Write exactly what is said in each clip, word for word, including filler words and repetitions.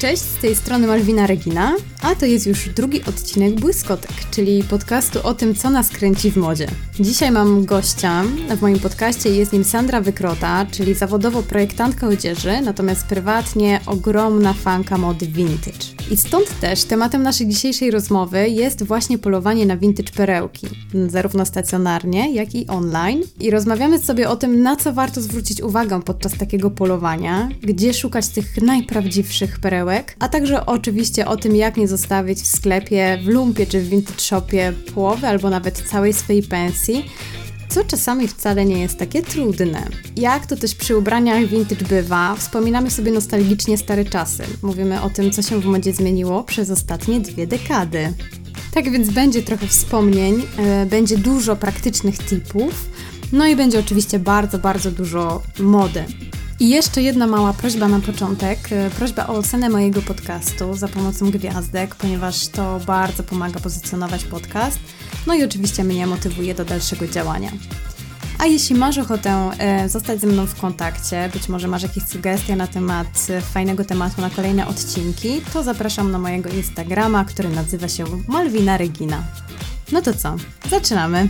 Cześć, z tej strony Malwina Regina, a to jest już drugi odcinek Błyskotek, czyli podcastu o tym, co nas kręci w modzie. Dzisiaj mam gościa, w moim podcaście jest nim Sandra Wykrota, czyli zawodowo projektantka odzieży, natomiast prywatnie ogromna fanka mody vintage. I stąd też tematem naszej dzisiejszej rozmowy jest właśnie polowanie na vintage perełki, zarówno stacjonarnie, jak i online. I rozmawiamy sobie o tym, na co warto zwrócić uwagę podczas takiego polowania, gdzie szukać tych najprawdziwszych perełek, a także oczywiście o tym, jak nie zostawić w sklepie, w lumpie czy w vintage shopie połowy albo nawet całej swojej pensji, co czasami wcale nie jest takie trudne. Jak to też przy ubraniach vintage bywa, wspominamy sobie nostalgicznie stare czasy. Mówimy o tym, co się w modzie zmieniło przez ostatnie dwie dekady. Tak więc będzie trochę wspomnień, yy, będzie dużo praktycznych tipów, no i będzie oczywiście bardzo, bardzo dużo mody. I jeszcze jedna mała prośba na początek, prośba o ocenę mojego podcastu za pomocą gwiazdek, ponieważ to bardzo pomaga pozycjonować podcast, no i oczywiście mnie motywuje do dalszego działania. A jeśli masz ochotę e, zostać ze mną w kontakcie, być może masz jakieś sugestie na temat fajnego tematu na kolejne odcinki, to zapraszam na mojego Instagrama, który nazywa się Malwina Regina. No to co? Zaczynamy!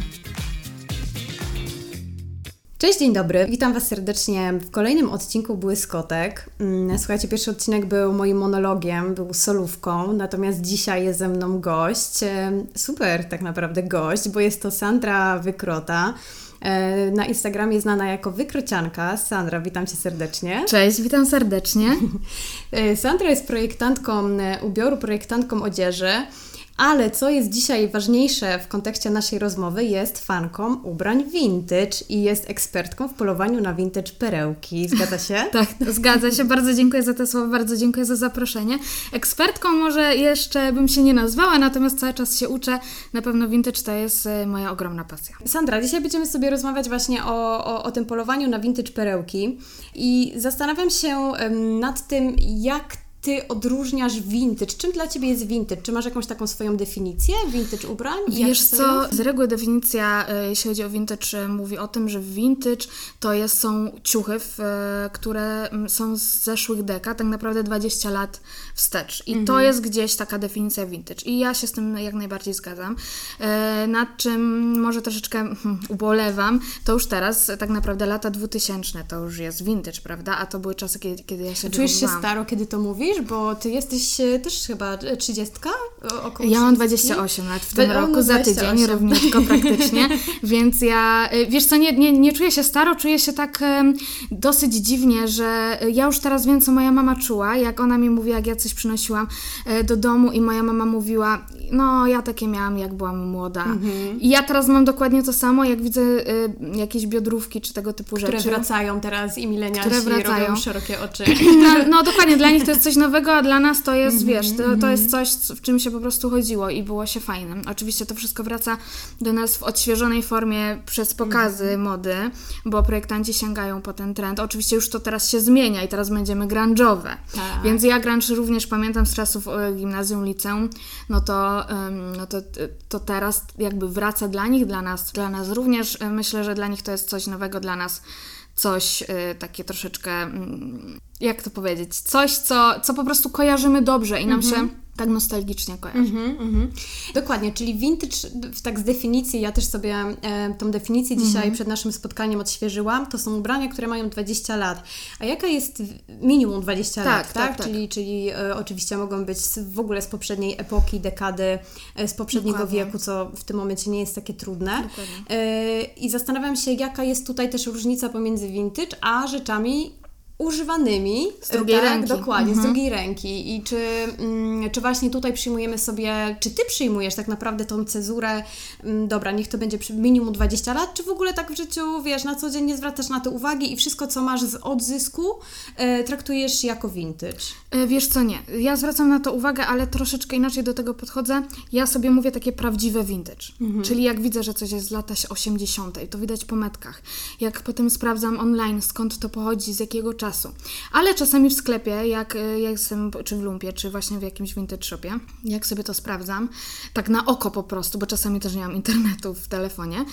Cześć, dzień dobry. Witam Was serdecznie w kolejnym odcinku Błyskotek. Słuchajcie, pierwszy odcinek był moim monologiem, był solówką, natomiast dzisiaj jest ze mną gość, super tak naprawdę gość, bo jest to Sandra Wykrota. Na Instagramie znana jako Wykrocianka. Sandra, witam Cię serdecznie. Cześć, witam serdecznie. Sandra jest projektantką ubioru, projektantką odzieży. Ale co jest dzisiaj ważniejsze w kontekście naszej rozmowy, jest fanką ubrań vintage i jest ekspertką w polowaniu na vintage perełki. Zgadza się? Tak, zgadza się. Bardzo dziękuję za te słowa, bardzo dziękuję za zaproszenie. Ekspertką może jeszcze bym się nie nazwała, natomiast cały czas się uczę. Na pewno vintage to jest moja ogromna pasja. Sandra, dzisiaj będziemy sobie rozmawiać właśnie o, o, o tym polowaniu na vintage perełki i zastanawiam się um, nad tym, jak Ty odróżniasz vintage. Czym dla Ciebie jest vintage? Czy masz jakąś taką swoją definicję vintage ubrań? Wiesz co, z reguły definicja, jeśli chodzi o vintage, mówi o tym, że vintage to jest, są ciuchy, w, które są z zeszłych dekad, tak naprawdę dwadzieścia lat wstecz. I mhm. to jest gdzieś taka definicja vintage. I ja się z tym jak najbardziej zgadzam. Nad czym może troszeczkę hmm, ubolewam, to już teraz tak naprawdę lata dwutysięczne to już jest vintage, prawda? A to były czasy, kiedy, kiedy ja się Czujesz się staro, kiedy to mówisz? Bo Ty jesteś też chyba trzydziestka? Około ja mam dwadzieścia osiem lat w tym Be- roku, za tydzień, równiutko praktycznie, więc ja, wiesz co, nie, nie, nie czuję się staro, czuję się tak um, dosyć dziwnie, że ja już teraz wiem, co moja mama czuła, jak ona mi mówiła, jak ja coś przynosiłam e, do domu i moja mama mówiła, no ja takie miałam, jak byłam młoda. Mhm. I ja teraz mam dokładnie to samo, jak widzę e, jakieś biodrówki czy tego typu które rzeczy. Które wracają teraz i milenialsi robią szerokie oczy. No, no dokładnie, dla nich to jest coś nowego, a dla nas to jest, mm-hmm, wiesz, to, to jest coś, w czym się po prostu chodziło i było się fajnym. Oczywiście to wszystko wraca do nas w odświeżonej formie przez pokazy mm-hmm. mody, bo projektanci sięgają po ten trend. Oczywiście już to teraz się zmienia i teraz będziemy grunge'owe. Tak. Więc ja grunge również pamiętam z czasów gimnazjum, liceum, no to, no to, to teraz jakby wraca dla nich, dla nas, dla nas również. Myślę, że dla nich to jest coś nowego, dla nas coś y, takie troszeczkę, mm, jak to powiedzieć, coś, co, co po prostu kojarzymy dobrze i nam mm-hmm. się tak nostalgicznie kojarzy. Mm-hmm, mm-hmm. Dokładnie, czyli vintage, tak z definicji, ja też sobie e, tą definicję dzisiaj mm-hmm. przed naszym spotkaniem odświeżyłam, to są ubrania, które mają dwadzieścia lat. A jaka jest minimum dwadzieścia tak, lat, tak? tak, tak. Czyli, czyli e, oczywiście mogą być w ogóle z poprzedniej epoki, dekady, e, z poprzedniego Dokładnie. wieku, co w tym momencie nie jest takie trudne. E, I zastanawiam się, jaka jest tutaj też różnica pomiędzy vintage a rzeczami używanymi, z drugiej tak, ręki. Dokładnie, mhm. z drugiej ręki. I czy, mm, czy właśnie tutaj przyjmujemy sobie, czy Ty przyjmujesz tak naprawdę tą cezurę, mm, dobra, niech to będzie minimum dwadzieścia lat, czy w ogóle tak w życiu, wiesz, na co dzień nie zwracasz na to uwagi i wszystko, co masz z odzysku, e, traktujesz jako vintage? E, wiesz co, nie. Ja zwracam na to uwagę, ale troszeczkę inaczej do tego podchodzę. Ja sobie mówię takie prawdziwe vintage. Mhm. Czyli jak widzę, że coś jest z lata osiemdziesiąte, to widać po metkach. Jak potem sprawdzam online, skąd to pochodzi, z jakiego czasu, czasu. Ale czasami w sklepie, jak, jak jestem, czy w lumpie, czy właśnie w jakimś vintage shopie, jak sobie to sprawdzam, tak na oko po prostu, bo czasami też nie mam internetu w telefonie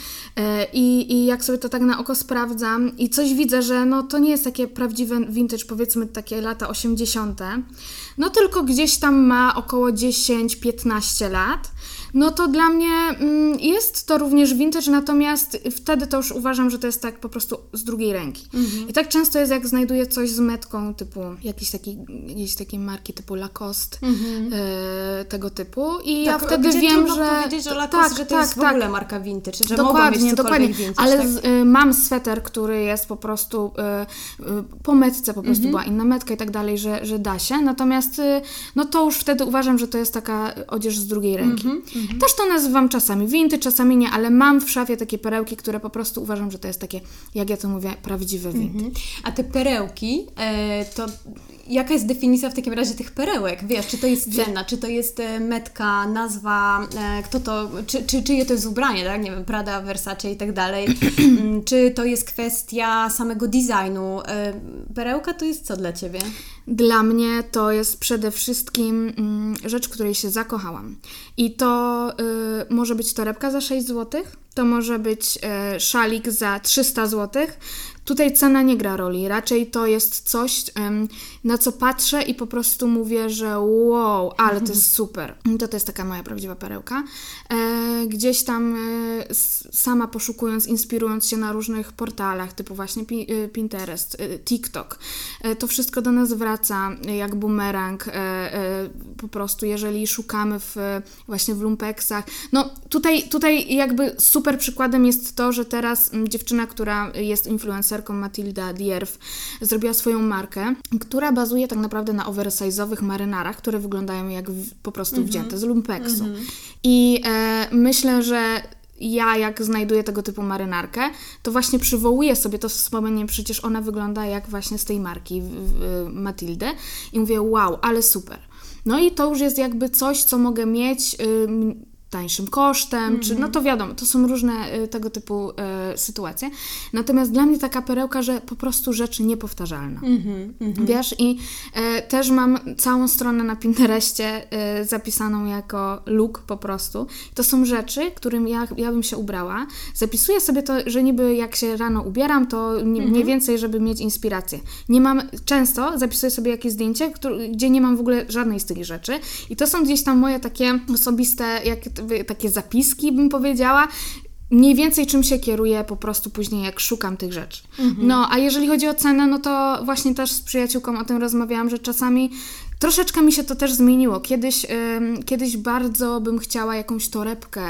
i, i jak sobie to tak na oko sprawdzam i coś widzę, że no to nie jest takie prawdziwe vintage, powiedzmy takie lata osiemdziesiąte, no tylko gdzieś tam ma około dziesięć piętnaście lat, no to dla mnie mm, jest to również vintage, natomiast wtedy to już uważam, że to jest tak po prostu z drugiej ręki. Mhm. I tak często jest, jak znajduję coś z metką typu jakiejś takiej, jakiejś takiej marki typu Lacoste, mhm. e, tego typu i tak, ja wtedy wiem, że... powiedzieć o Lacoste, tak, że to tak, jest w ogóle tak. marka vintage, że dokładnie, mogła mieć dokładnie. vintage. Ale tak? z, y, mam sweter, który jest po prostu y, y, po metce, po prostu mhm. była inna metka i tak dalej, że, że da się, natomiast y, no to już wtedy uważam, że to jest taka odzież z drugiej ręki. Mhm. Mhm. Też to nazywam czasami vintage, czasami nie, ale mam w szafie takie perełki, które po prostu uważam, że to jest takie, jak ja to mówię, prawdziwe vintage. Mhm. A te perełki, e, to jaka jest definicja w takim razie tych perełek? Wiesz, czy to jest cena, czy to jest metka, nazwa, e, kto to, czy, czy czyje to jest ubranie, tak? Nie wiem, Prada, Versace i tak dalej. Czy to jest kwestia samego designu? E, perełka to jest co dla Ciebie? Dla mnie to jest przede wszystkim mm, rzecz, w której się zakochałam. I to y, może być torebka za sześć złotych, to może być y, szalik za trzysta złotych. Tutaj cena nie gra roli, raczej to jest coś, um, na co patrzę i po prostu mówię, że wow, ale to jest super. To to jest taka moja prawdziwa perełka. E, gdzieś tam e, sama poszukując, inspirując się na różnych portalach, typu właśnie pi, e, Pinterest, e, TikTok, e, to wszystko do nas wraca jak bumerang. E, e, po prostu jeżeli szukamy w, właśnie w lumpeksach. No tutaj, tutaj jakby super przykładem jest to, że teraz m, dziewczyna, która jest influencerką, Matilda Dierf, zrobiła swoją markę, która bazuje tak naprawdę na oversize'owych marynarach, które wyglądają jak w, po prostu mm-hmm. wzięte z lumpeksu. Mm-hmm. I e, myślę, że ja jak znajduję tego typu marynarkę, to właśnie przywołuję sobie to wspomnienie, przecież ona wygląda jak właśnie z tej marki w, w, Matildy i mówię, wow, ale super. No i to już jest jakby coś, co mogę mieć y, tańszym kosztem, mm-hmm. czy no to wiadomo, to są różne y, tego typu y, sytuacje. Natomiast dla mnie taka perełka, że po prostu rzecz niepowtarzalna. Mm-hmm, mm-hmm. Wiesz, i y, też mam całą stronę na Pinterestie y, zapisaną jako look po prostu. To są rzeczy, którym ja, ja bym się ubrała. Zapisuję sobie to, że niby jak się rano ubieram, to nie, mm-hmm. mniej więcej, żeby mieć inspirację. Nie mam, często zapisuję sobie jakieś zdjęcie, który, gdzie nie mam w ogóle żadnej z tych rzeczy. I to są gdzieś tam moje takie osobiste, jak takie zapiski, bym powiedziała, mniej więcej czym się kieruję po prostu później, jak szukam tych rzeczy. Mhm. No, a jeżeli chodzi o cenę, no to właśnie też z przyjaciółką o tym rozmawiałam, że czasami troszeczkę mi się to też zmieniło. Kiedyś, ym, kiedyś bardzo bym chciała jakąś torebkę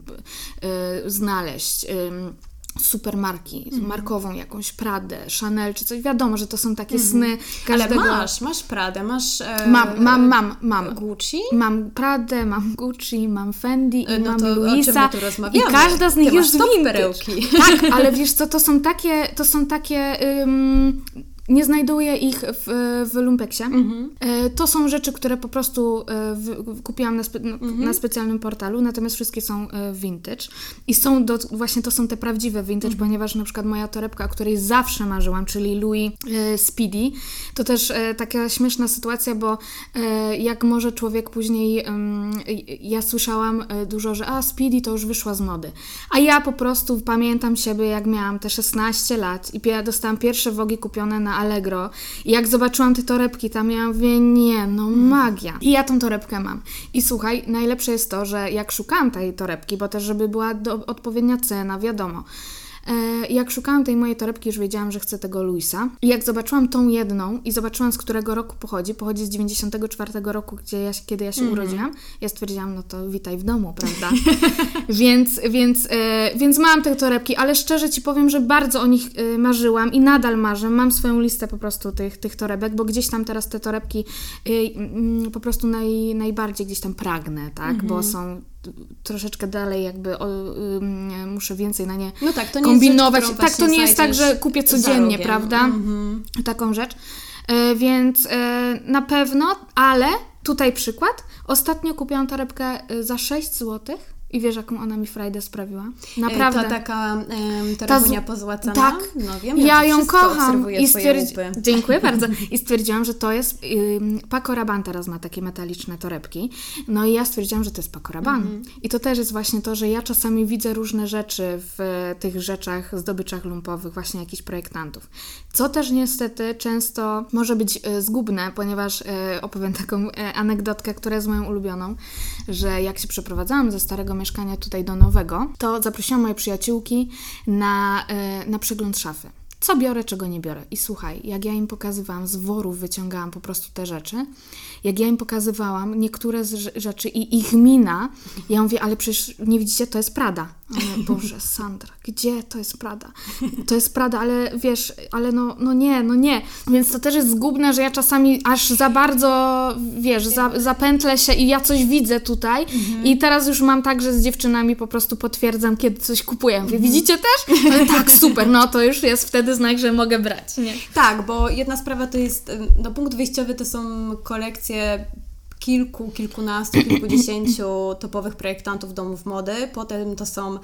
y, znaleźć, ym, supermarki, mm. markową jakąś, Pradę, Chanel czy coś. Wiadomo, że to są takie mm. sny każdego... Ale masz, masz Pradę, masz... E, mam, mam, mam, mam. Gucci? Mam Pradę, mam Gucci, mam Fendi i no mam to, Louisa. I każda z nich Ty jest vintage. perełki. Tak, ale wiesz co, to są takie, to są takie... Ym, nie znajduję ich w, w lumpeksie. Mm-hmm. To są rzeczy, które po prostu w, kupiłam na, spe, mm-hmm. na specjalnym portalu, natomiast wszystkie są vintage. I są do, właśnie to są te prawdziwe vintage, mm-hmm. ponieważ na przykład moja torebka, o której zawsze marzyłam, czyli Louis e, Speedy, to też e, taka śmieszna sytuacja, bo e, jak może człowiek później, e, ja słyszałam dużo, że a Speedy to już wyszła z mody. A ja po prostu pamiętam siebie, jak miałam te szesnaście lat i ja dostałam pierwsze wogi kupione na Allegro i jak zobaczyłam te torebki tam, ja mówię, nie, no magia. I ja tą torebkę mam. I słuchaj, najlepsze jest to, że jak szukałam tej torebki, bo też żeby była do, odpowiednia cena, wiadomo. E, jak szukałam tej mojej torebki, już wiedziałam, że chcę tego Louisa. I jak zobaczyłam tą jedną i zobaczyłam, z którego roku pochodzi, pochodzi z dziewięćdziesiątego czwartego roku, gdzie ja, kiedy ja się mm. urodziłam, ja stwierdziłam, no to witaj w domu, prawda? więc, więc, e, więc mam te torebki, ale szczerze Ci powiem, że bardzo o nich e, marzyłam i nadal marzę. Mam swoją listę po prostu tych, tych torebek, bo gdzieś tam teraz te torebki e, m, po prostu naj, najbardziej gdzieś tam pragnę, tak? Mm-hmm. Bo są troszeczkę dalej jakby o, y, muszę więcej na nie no tak, to nie kombinować. Jest rzecz, tak, to nie jest tak, że kupię codziennie, prawda? Mm-hmm. Taką rzecz. Y, więc y, na pewno, ale tutaj przykład. Ostatnio kupiłam torebkę za sześć złotych I wiesz, jaką ona mi frajdę sprawiła? Naprawdę. Ta taka um, torabunia pozłacana? Tak. No wiem, ja ją kocham. I stwierdzi... Dziękuję bardzo. I stwierdziłam, że to jest... Ym, Paco Rabanne teraz ma takie metaliczne torebki. No i ja stwierdziłam, że to jest Paco Rabanne. Mm-hmm. I to też jest właśnie to, że ja czasami widzę różne rzeczy w tych rzeczach, zdobyczach lumpowych właśnie jakichś projektantów. Co też niestety często może być y, zgubne, ponieważ y, opowiem taką y, anegdotkę, która jest moją ulubioną, że jak się przeprowadzałam ze starego mieszkania tutaj do nowego, to zaprosiłam moje przyjaciółki na, y, na przegląd szafy. Co biorę, czego nie biorę. I słuchaj, jak ja im pokazywałam, z worów wyciągałam po prostu te rzeczy, jak ja im pokazywałam niektóre z rzeczy i ich mina, ja mówię, ale przecież nie widzicie, to jest Prada. One, Boże, Sandra, gdzie to jest Prada? To jest Prada, ale wiesz, ale no, no nie, no nie. Więc to też jest zgubne, że ja czasami aż za bardzo, wiesz, za, zapętlę się i ja coś widzę tutaj mhm. i teraz już mam tak, że z dziewczynami po prostu potwierdzam, kiedy coś kupuję. Mówię, mhm. widzicie też? Ale tak, super, no to już jest wtedy znak, że mogę brać. Nie? Tak, bo jedna sprawa to jest, no punkt wyjściowy to są kolekcje kilku, kilkunastu, kilkudziesięciu topowych projektantów domów mody. Potem to są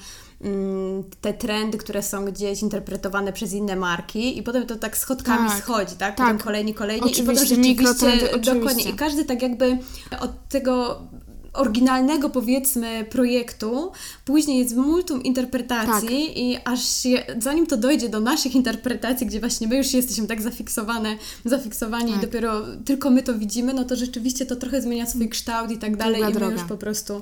mm, te trendy, które są gdzieś interpretowane przez inne marki i potem to tak schodkami tak, schodzi, tak? tak. Potem kolejni, kolejni oczywiście, i potem rzeczywiście, oczywiście. dokładnie, i każdy tak jakby od tego oryginalnego, powiedzmy, projektu, później jest multum interpretacji tak. i aż się, zanim to dojdzie do naszych interpretacji, gdzie właśnie my już jesteśmy tak zafiksowane, zafiksowani tak. i dopiero tylko my to widzimy, no to rzeczywiście to trochę zmienia swój kształt i tak dalej Długa i my droga. już po prostu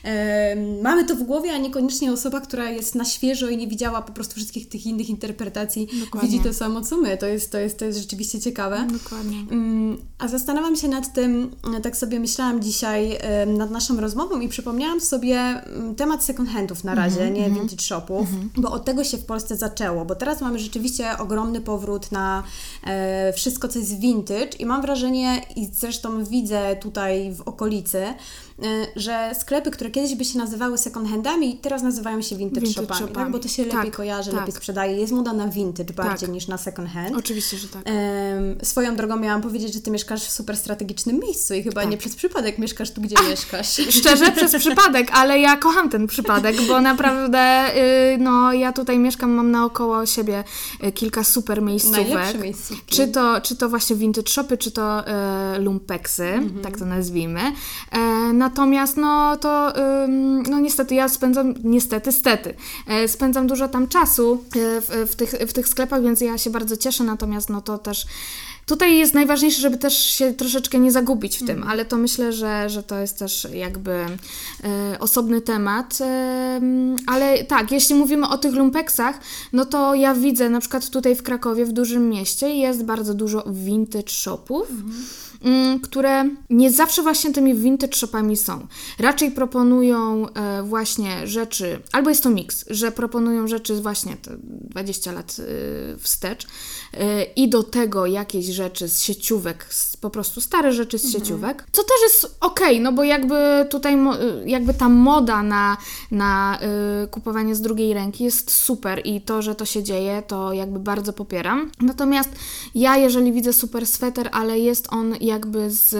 e, mamy to w głowie, a niekoniecznie osoba, która jest na świeżo i nie widziała po prostu wszystkich tych innych interpretacji, Dokładnie. widzi to samo, co my. To jest, to jest, to jest rzeczywiście ciekawe. Dokładnie. Um, a zastanawiam się nad tym, tak sobie myślałam dzisiaj um, nad naszą rozmową i przypomniałam sobie temat second handów na razie, mm-hmm, nie mm-hmm. vintage shopów, mm-hmm. bo od tego się w Polsce zaczęło, bo teraz mamy rzeczywiście ogromny powrót na e, wszystko, co jest vintage i mam wrażenie, i zresztą widzę tutaj w okolicy, e, że sklepy, które kiedyś by się nazywały second handami, teraz nazywają się vintage, vintage shopami, shopami. Tak? Bo to się lepiej tak, kojarzy, tak. lepiej sprzedaje. Jest moda na vintage bardziej tak. niż na second hand. Oczywiście, że tak. E, swoją drogą miałam powiedzieć, że Ty mieszkasz w super strategicznym miejscu i chyba tak. nie przez przypadek mieszkasz tu, gdzie mieszkasz. Szczerze, przez przypadek, ale ja kocham ten przypadek, bo naprawdę yy, no ja tutaj mieszkam, mam naokoło siebie y, kilka super miejscówek. Najlepsze miejscówki. Czy to, czy to właśnie vintage shopy, czy to y, lumpeksy, mm-hmm. tak to nazwijmy. E, natomiast no to y, no niestety ja spędzam, niestety, stety, e, spędzam dużo tam czasu y, w, w, tych, w tych sklepach, więc ja się bardzo cieszę, natomiast no to też tutaj jest najważniejsze, żeby też się troszeczkę nie zagubić w tym, mm. ale to myślę, że, że to jest też jakby e, osobny temat. E, ale tak, jeśli mówimy o tych lumpeksach, no to ja widzę na przykład tutaj w Krakowie, w dużym mieście, jest bardzo dużo vintage shopów, mm. które nie zawsze właśnie tymi vintage shopami są. Raczej proponują e, właśnie rzeczy, albo jest to miks, że proponują rzeczy właśnie dwadzieścia lat e, wstecz e, i do tego jakieś rzeczy z sieciówek, z, po prostu stare rzeczy z mhm. sieciówek, co też jest okej, okay, no bo jakby tutaj mo, jakby ta moda na, na y, kupowanie z drugiej ręki jest super i to, że to się dzieje, to jakby bardzo popieram. Natomiast ja, jeżeli widzę super sweter, ale jest on jakby z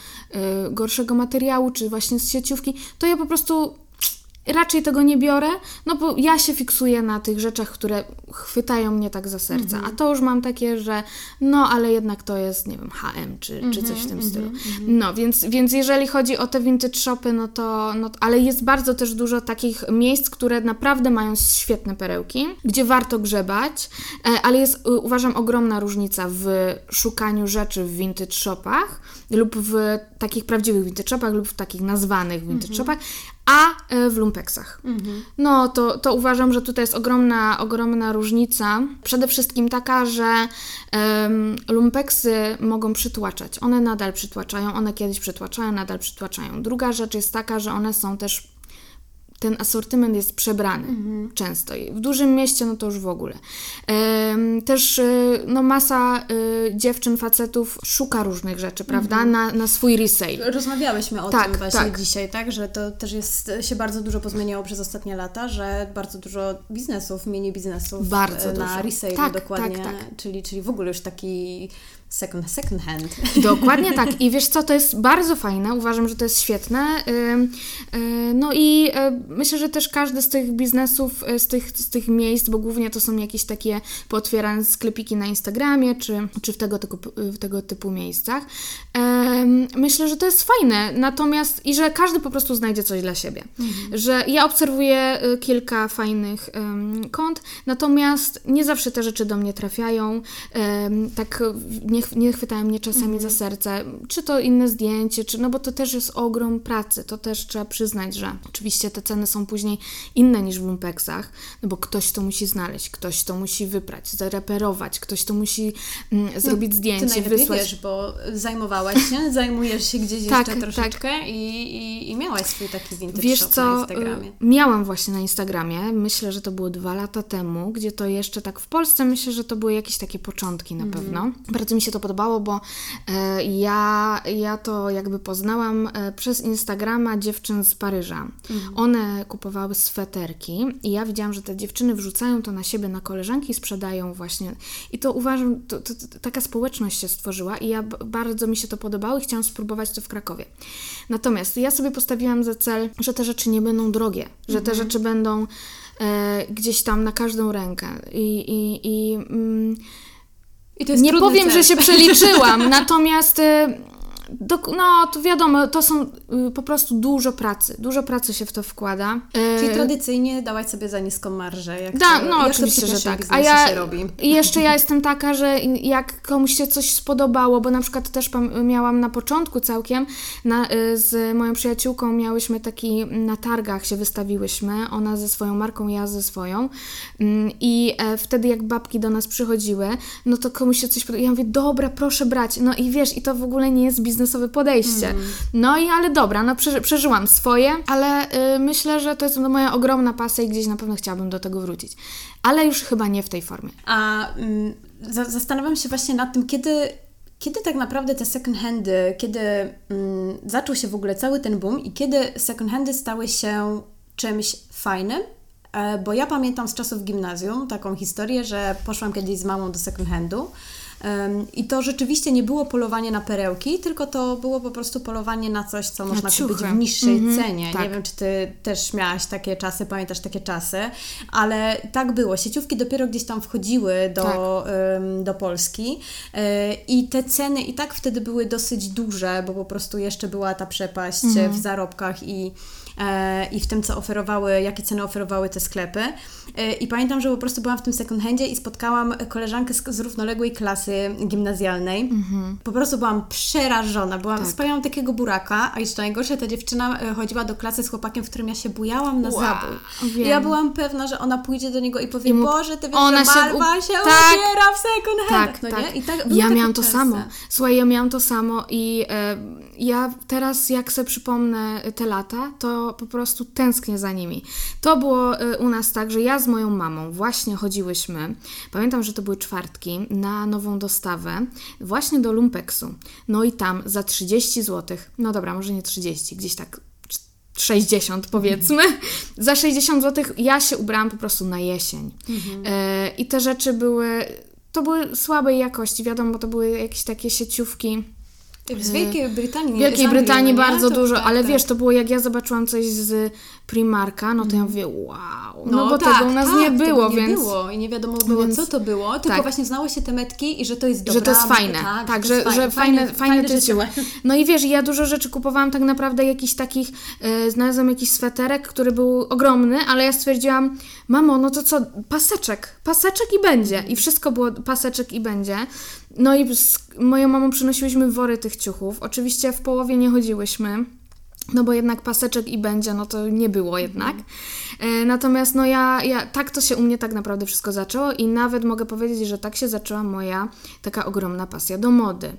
y, gorszego materiału, czy właśnie z sieciówki, to ja po prostu raczej tego nie biorę, no bo ja się fiksuję na tych rzeczach, które chwytają mnie tak za serce, mm-hmm. a to już mam takie, że no, ale jednak to jest, nie wiem, H M czy, mm-hmm, czy coś w tym mm-hmm, stylu. Mm-hmm. No, więc, więc jeżeli chodzi o te vintage shopy, no to, no, ale jest bardzo też dużo takich miejsc, które naprawdę mają świetne perełki, gdzie warto grzebać, ale jest, uważam, ogromna różnica w szukaniu rzeczy w vintage shopach lub w takich prawdziwych vintage shopach lub w takich nazwanych vintage mm-hmm. shopach, a w lumpeksach. Mhm. No to, to uważam, że tutaj jest ogromna, ogromna różnica. Przede wszystkim taka, że um, lumpeksy mogą przytłaczać. One nadal przytłaczają, one kiedyś przytłaczają, nadal przytłaczają. Druga rzecz jest taka, że one są też, ten asortyment jest przebrany mhm. często. I w dużym mieście, no to już w ogóle. Ehm, też y, no masa y, dziewczyn, facetów szuka różnych rzeczy, prawda? Mhm. Na, na swój resale. Rozmawiałyśmy o tak, tym właśnie tak. dzisiaj, tak? Że to też jest, się bardzo dużo pozmieniało przez ostatnie lata, że bardzo dużo biznesów, mini biznesów bardzo na dużo. resale tak, dokładnie. Tak, tak. Czyli, czyli w ogóle już taki second, second hand. Dokładnie tak. I wiesz co, to jest bardzo fajne. Uważam, że to jest świetne. Yy, yy, no i yy, myślę, że też każdy z tych biznesów, z tych, z tych miejsc, bo głównie to są jakieś takie pootwierane sklepiki na Instagramie, czy, czy w, tego typu, w tego typu miejscach. Um, myślę, że to jest fajne, natomiast i że każdy po prostu znajdzie coś dla siebie. Mhm. Że ja obserwuję kilka fajnych um, kont, natomiast nie zawsze te rzeczy do mnie trafiają, um, tak nie, nie chwytają mnie czasami mhm. za serce, czy to inne zdjęcie, czy, no bo to też jest ogrom pracy, to też trzeba przyznać, że oczywiście te ceny są później inne niż w lumpeksach, no bo ktoś to musi znaleźć, ktoś to musi wyprać, zareperować, ktoś to musi mm, zrobić no, zdjęcie, ty najlepiej wysłać. Wiesz, bo zajmowałaś się, zajmujesz się gdzieś tak, jeszcze troszeczkę tak. i, i, i miałaś swój taki vintage Wiesz shop co, na Instagramie. Miałam właśnie na Instagramie, myślę, że to było dwa lata temu, gdzie to jeszcze tak w Polsce, myślę, że to były jakieś takie początki na mm. pewno. Bardzo mi się to podobało, bo e, ja, ja to jakby poznałam e, przez Instagrama dziewczyn z Paryża. Mm. One kupowały sweterki i ja widziałam, że te dziewczyny wrzucają to na siebie, na koleżanki i sprzedają właśnie. I to uważam, to, to, to, taka społeczność się stworzyła i ja b- bardzo mi się to podobało i chciałam spróbować to w Krakowie. Natomiast ja sobie postawiłam za cel, że te rzeczy nie będą drogie, że te mm. rzeczy będą e, gdzieś tam na każdą rękę. I, i, i, mm, I to jest nie powiem, cel. że się przeliczyłam, natomiast e, Do, no, to wiadomo, to są y, po prostu dużo pracy. Dużo pracy się w to wkłada. Czyli tradycyjnie dałaś sobie za niską marżę. Jak da, to, no jak oczywiście, to że tak. A ja się robi. I jeszcze ja jestem taka, że jak komuś się coś spodobało, bo na przykład też pam- miałam na początku całkiem na, y, z moją przyjaciółką miałyśmy taki, na targach się wystawiłyśmy, ona ze swoją marką, ja ze swoją y, i e, wtedy jak babki do nas przychodziły, no to komuś się coś podobało. Ja mówię, dobra, proszę brać. No i wiesz, i to w ogóle nie jest biznesowe podejście. Mm. No i ale dobra, no przeży- przeżyłam swoje, ale y, myślę, że to jest moja ogromna pasja i gdzieś na pewno chciałabym do tego wrócić. Ale już chyba nie w tej formie. A mm, za- zastanawiam się właśnie nad tym, kiedy, kiedy tak naprawdę te second handy, kiedy mm, zaczął się w ogóle cały ten boom i kiedy second handy stały się czymś fajnym. E, bo ja pamiętam z czasów gimnazjum taką historię, że poszłam kiedyś z mamą do second handu. Um, I to rzeczywiście nie było polowanie na perełki, tylko to było po prostu polowanie na coś, co można ciuchy. kupić w niższej Mm-hmm, cenie. tak. Nie wiem, czy Ty też miałaś takie czasy, pamiętasz takie czasy, ale tak było. Sieciówki dopiero gdzieś tam wchodziły do, tak. um, do Polski yy, i te ceny i tak wtedy były dosyć duże, bo po prostu jeszcze była ta przepaść mm-hmm. w zarobkach i i w tym, co oferowały, jakie ceny oferowały te sklepy. I pamiętam, że po prostu byłam w tym second handzie i spotkałam koleżankę z, z równoległej klasy gimnazjalnej. Mm-hmm. Po prostu byłam przerażona. Byłam, tak. Spaliłam takiego buraka, a jeszcze najgorsze, ta dziewczyna chodziła do klasy z chłopakiem, w którym ja się bujałam na wow, zabój. Wiem. I ja byłam pewna, że ona pójdzie do niego i powie, I mu... Boże, ty wiesz, ona że Malwa się, u... się tak. ubiera w second handach. Tak, no tak. Nie? I tak, ja miałam to czasy. samo. Słuchaj, ja miałam to samo i e, ja teraz, jak sobie przypomnę te lata, to po prostu tęsknię za nimi. To było y, u nas tak, że ja z moją mamą właśnie chodziłyśmy, pamiętam, że to były czwartki, na nową dostawę, właśnie do lumpeksu. No i tam za trzydzieści złotych, no dobra, może nie trzydzieści, gdzieś tak sześćdziesiąt powiedzmy, mm. za sześćdziesiąt złotych ja się ubrałam po prostu na jesień. Mm-hmm. Y, I te rzeczy były, to były słabej jakości, wiadomo, bo to były jakieś takie sieciówki. Z Wielkiej Brytanii. W Wielkiej Anglii, Brytanii no bardzo to, dużo, tak, ale tak. wiesz, to było jak ja zobaczyłam coś z Primarka, no to ja mówię, wow, no, no bo tak, tego u nas tak, nie było, nie więc... było i nie wiadomo było, więc... co to było, tylko tak. właśnie znało się te metki i że to jest dobra. Że to jest fajne, tak, tak, że, że, że fajne, fajne, fajne życie. No i wiesz, ja dużo rzeczy kupowałam tak naprawdę jakichś takich, e, znalazłam jakiś sweterek, który był ogromny, ale ja stwierdziłam, mamo, no to co, paseczek, paseczek i będzie. I wszystko było paseczek i będzie. No i z moją mamą przynosiłyśmy wory tych ciuchów. Oczywiście w połowie nie chodziłyśmy, no bo jednak paseczek i będzie, no to nie było jednak. Mm. E, natomiast no ja, ja, tak to się u mnie tak naprawdę wszystko zaczęło i nawet mogę powiedzieć, że tak się zaczęła moja taka ogromna pasja do mody.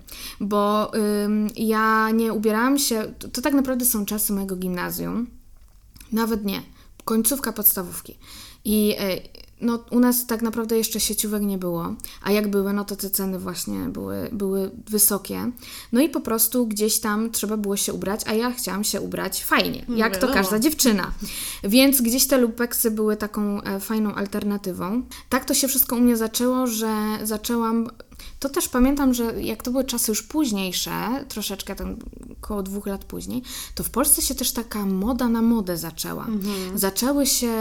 Bo ym, ja nie ubierałam się, to, to tak naprawdę są czasy mojego gimnazjum, nawet nie, końcówka podstawówki. I e, no u nas tak naprawdę jeszcze sieciówek nie było, a jak były, no to te ceny właśnie były, były wysokie. No i po prostu gdzieś tam trzeba było się ubrać, a ja chciałam się ubrać fajnie, no jak wiadomo. To każda dziewczyna. Więc gdzieś te lumpeksy były taką e, fajną alternatywą. Tak to się wszystko u mnie zaczęło, że zaczęłam... To też pamiętam, że jak to były czasy już późniejsze, troszeczkę tam około dwóch lat później, to w Polsce się też taka moda na modę zaczęła. Mhm. Zaczęły się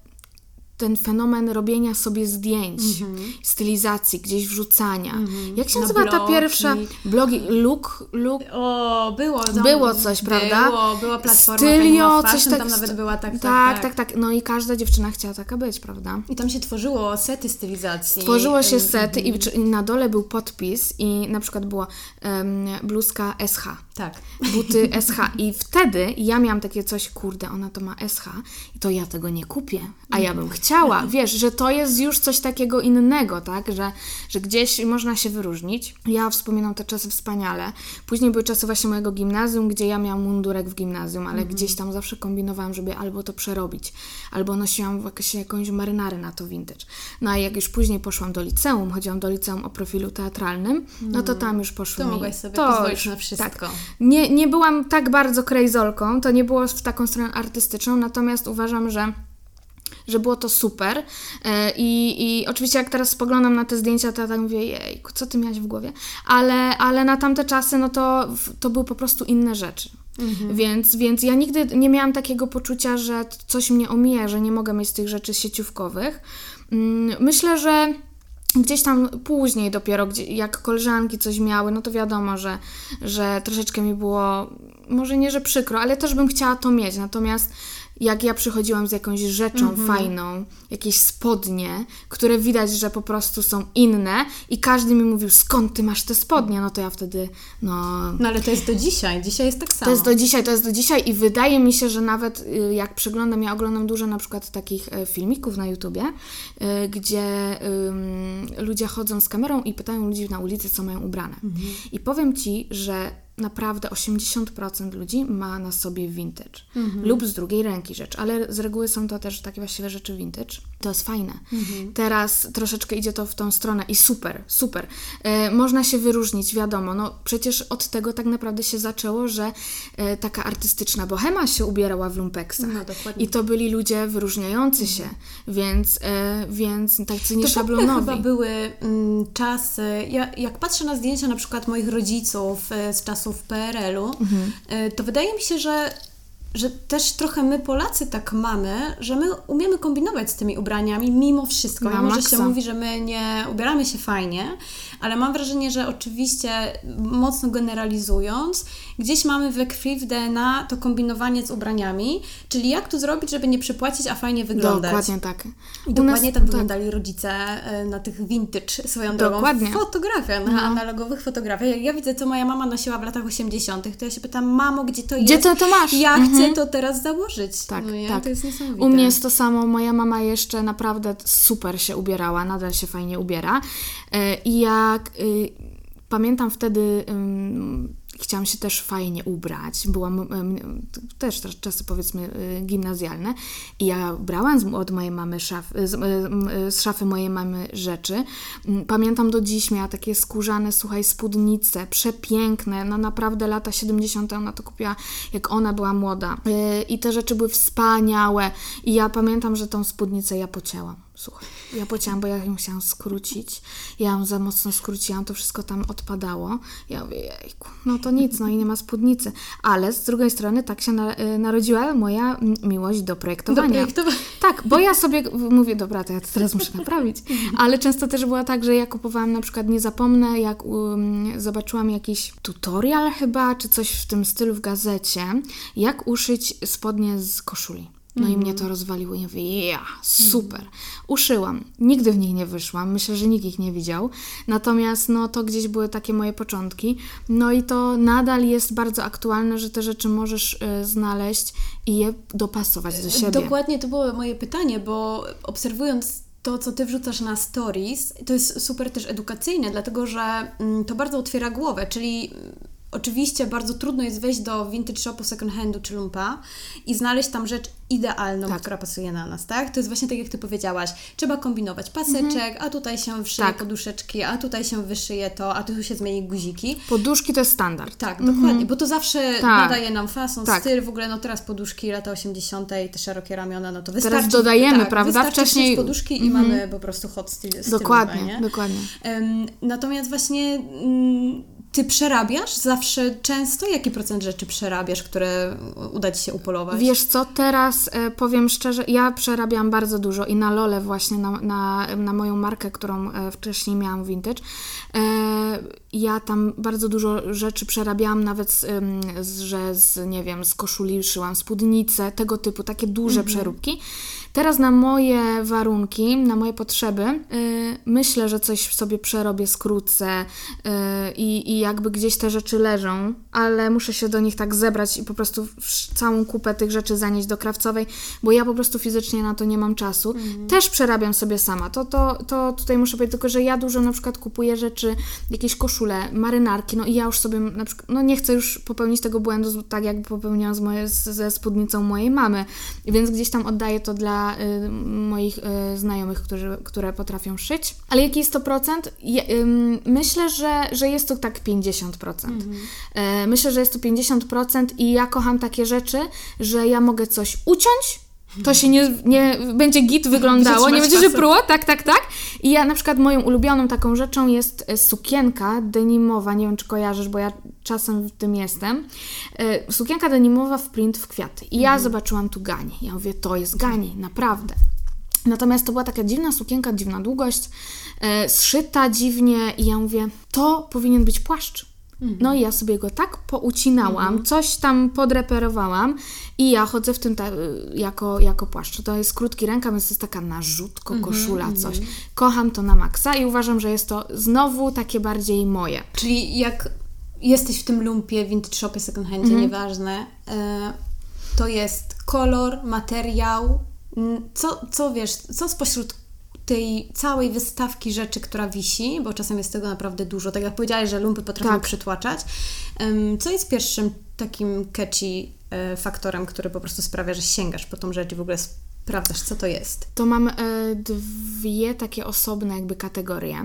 ten fenomen robienia sobie zdjęć, mm-hmm. stylizacji, gdzieś wrzucania. Mm-hmm. Jak się na nazywa blogi. Ta pierwsza? Blogi, look, look. O, było. Tam, było coś, prawda? Było, była platforma Stylio, fashion, coś tak, tam nawet była tak, tak, tak, tak, tak. No i każda dziewczyna chciała taka być, prawda? I tam się tworzyło sety stylizacji. Tworzyło się sety mm-hmm. i na dole był podpis i na przykład była um, bluzka S H. Tak. Buty S H. I wtedy ja miałam takie coś, kurde, ona to ma S H i to ja tego nie kupię, a ja bym chciała. Chciała, wiesz, że to jest już coś takiego innego, tak, że, że gdzieś można się wyróżnić. Ja wspominam te czasy wspaniale. Później były czasy właśnie mojego gimnazjum, gdzie ja miałam mundurek w gimnazjum, ale mm-hmm. gdzieś tam zawsze kombinowałam, żeby albo to przerobić, albo nosiłam jakąś, jakąś marynarę na to vintage. No a jak już później poszłam do liceum, chodziłam do liceum o profilu teatralnym, mm. no to tam już poszło to mi... mogłaś sobie to pozwolić na wszystko. Tak. Nie, nie byłam tak bardzo krejzolką, to nie było w taką stronę artystyczną, natomiast uważam, że że było to super I, i oczywiście jak teraz spoglądam na te zdjęcia, to ja tak mówię, jejku, co ty miałaś w głowie? Ale, ale na tamte czasy, no to, to były po prostu inne rzeczy. Mhm. Więc, więc ja nigdy nie miałam takiego poczucia, że coś mnie omija, że nie mogę mieć tych rzeczy sieciówkowych. Myślę, że gdzieś tam później dopiero, gdzie, jak koleżanki coś miały, no to wiadomo, że, że troszeczkę mi było, może nie, że przykro, ale też bym chciała to mieć. Natomiast jak ja przychodziłam z jakąś rzeczą mm-hmm. fajną, jakieś spodnie, które widać, że po prostu są inne i każdy mi mówił, skąd ty masz te spodnie? No to ja wtedy, no... No ale to jest do dzisiaj, dzisiaj jest tak samo. To jest do dzisiaj, to jest do dzisiaj i wydaje mi się, że nawet jak przeglądam, ja oglądam dużo na przykład takich filmików na YouTubie, gdzie um, ludzie chodzą z kamerą i pytają ludzi na ulicy, co mają ubrane. Mm-hmm. I powiem Ci, że naprawdę osiemdziesiąt procent ludzi ma na sobie vintage mhm. lub z drugiej ręki rzecz, ale z reguły są to też takie właściwe rzeczy vintage. To jest fajne. Mhm. Teraz troszeczkę idzie to w tą stronę i super, super. E, można się wyróżnić, wiadomo, no przecież od tego tak naprawdę się zaczęło, że e, taka artystyczna bohema się ubierała w lumpeksach. No, dokładnie. I to byli ludzie wyróżniający mhm. się, więc, e, więc tacy nieszablonowi. To chyba były mm, czasy, ja, jak patrzę na zdjęcia na przykład moich rodziców e, z czasów w P R L-u, mhm. to wydaje mi się, że, że też trochę my Polacy tak mamy, że my umiemy kombinować z tymi ubraniami mimo wszystko. No, mimo, że się mówi, że my nie ubieramy się fajnie, ale mam wrażenie, że oczywiście mocno generalizując, gdzieś mamy we krwi, w D N A to kombinowanie z ubraniami, czyli jak to zrobić, żeby nie przypłacić, a fajnie wyglądać. Dokładnie tak. I dokładnie nas, tak wyglądali tak. rodzice na tych vintage swoją drogą. Dokładnie. Fotografia, na no. analogowych fotografiach. Jak ja widzę, co moja mama nosiła w latach osiemdziesiątych, to ja się pytam, mamo, gdzie to gdzie jest? Gdzie to, to masz? Ja mhm. chcę to teraz założyć. Tak, no ja, tak. To jest niesamowite. U mnie jest to samo. Moja mama jeszcze naprawdę super się ubierała, nadal się fajnie ubiera. I jak... Pamiętam wtedy, um, chciałam się też fajnie ubrać. Byłam um, też czasy powiedzmy gimnazjalne i ja brałam z, od mojej mamy szaf, z, z szafy mojej mamy rzeczy. Pamiętam do dziś, miała takie skórzane, słuchaj, spódnice, przepiękne, no naprawdę lata siedemdziesiąte ona to kupiła, jak ona była młoda. I te rzeczy były wspaniałe. I ja pamiętam, że tą spódnicę ja pocięłam. Słuchaj, ja pocięłam, bo ja ją chciałam skrócić. Ja ją za mocno skróciłam, to wszystko tam odpadało. Ja mówię, jejku, no to nic, no i nie ma spódnicy. Ale z drugiej strony tak się na, narodziła moja miłość do projektowania. Do projektowania. Tak, bo ja sobie mówię, dobra, to ja to teraz muszę naprawić. Ale często też było tak, że ja kupowałam na przykład, nie zapomnę, jak um, zobaczyłam jakiś tutorial chyba, czy coś w tym stylu w gazecie, jak uszyć spodnie z koszuli. No mm. i mnie to rozwaliło i ja mówię, ja, super. Uszyłam. Nigdy w nich nie wyszłam. Myślę, że nikt ich nie widział. Natomiast no to gdzieś były takie moje początki. No i to nadal jest bardzo aktualne, że te rzeczy możesz y, znaleźć i je dopasować do siebie. Dokładnie to było moje pytanie, bo obserwując to, co Ty wrzucasz na stories, to jest super też edukacyjne, dlatego że mm, to bardzo otwiera głowę, czyli oczywiście bardzo trudno jest wejść do vintage shopu, second handu czy lumpa i znaleźć tam rzecz idealną, tak. która pasuje na nas, tak? To jest właśnie tak, jak Ty powiedziałaś. Trzeba kombinować paseczek, mhm. a tutaj się wszyje tak. poduszeczki, a tutaj się wyszyje to, a tu się zmieni guziki. Poduszki to jest standard. Tak, mhm. dokładnie, bo to zawsze tak. nadaje nam fason, tak. styl, w ogóle no teraz poduszki lata osiemdziesiąte, te szerokie ramiona, no to wystarczy. Teraz dodajemy, tak, prawda? Wystarczy Wcześniej poduszki i mhm. mamy po prostu hot styl. Dokładnie, styl, dokładnie. Um, natomiast właśnie um, Ty przerabiasz zawsze często? Jaki procent rzeczy przerabiasz, które uda Ci się upolować? Wiesz co, teraz e, powiem szczerze, ja przerabiam bardzo dużo i na Lole właśnie, na, na, na moją markę, którą e, wcześniej miałam Vintage, e, ja tam bardzo dużo rzeczy przerabiałam, nawet z, z, że z, nie wiem, z koszuli szyłam spódnice, tego typu, takie duże mhm. przeróbki. Teraz na moje warunki, na moje potrzeby yy, myślę, że coś sobie przerobię, skrócę yy, i jakby gdzieś te rzeczy leżą, ale muszę się do nich tak zebrać i po prostu całą kupę tych rzeczy zanieść do krawcowej, bo ja po prostu fizycznie na to nie mam czasu. Mhm. Też przerabiam sobie sama. To, to, to tutaj muszę powiedzieć tylko, że ja dużo na przykład kupuję rzeczy, jakieś koszule, marynarki, no i ja już sobie na przykład, no nie chcę już popełnić tego błędu tak, jak popełniłam z moje, z, ze spódnicą mojej mamy, więc gdzieś tam oddaję to dla y, moich y, znajomych, którzy, które potrafią szyć. Ale jaki jest to procent? Je, y, myślę, że, że jest to tak pięćdziesiąt procent. Mhm. Y, myślę, że jest to pięćdziesiąt procent i ja kocham takie rzeczy, że ja mogę coś uciąć, to się nie, nie będzie git wyglądało, nie będzie się pruło, tak, tak, tak. I ja na przykład moją ulubioną taką rzeczą jest sukienka denimowa, nie wiem czy kojarzysz, bo ja czasem w tym jestem. Sukienka denimowa w print w kwiaty. I ja mhm. zobaczyłam tu Gani. Ja mówię, to jest Gani, naprawdę. Natomiast to była taka dziwna sukienka, dziwna długość, e, zszyta dziwnie i ja mówię, to powinien być płaszcz. No i ja sobie go tak poucinałam, mhm. coś tam podreperowałam i ja chodzę w tym ta, jako, jako płaszcz. To jest krótki rękaw, więc to jest taka narzutko, mhm, koszula, mhm. coś. Kocham to na maksa i uważam, że jest to znowu takie bardziej moje. Czyli jak jesteś w tym lumpie, vintage shopie, second handzie, mhm. nieważne, e, to jest kolor, materiał, co, co wiesz, co spośród tej całej wystawki rzeczy, która wisi, bo czasem jest tego naprawdę dużo, tak jak powiedziałaś, że lumpy potrafią tak. przytłaczać. Co jest pierwszym takim catchy faktorem, który po prostu sprawia, że sięgasz po tą rzecz i w ogóle sprawdzasz, co to jest? To mam e, dwie takie osobne jakby kategorie.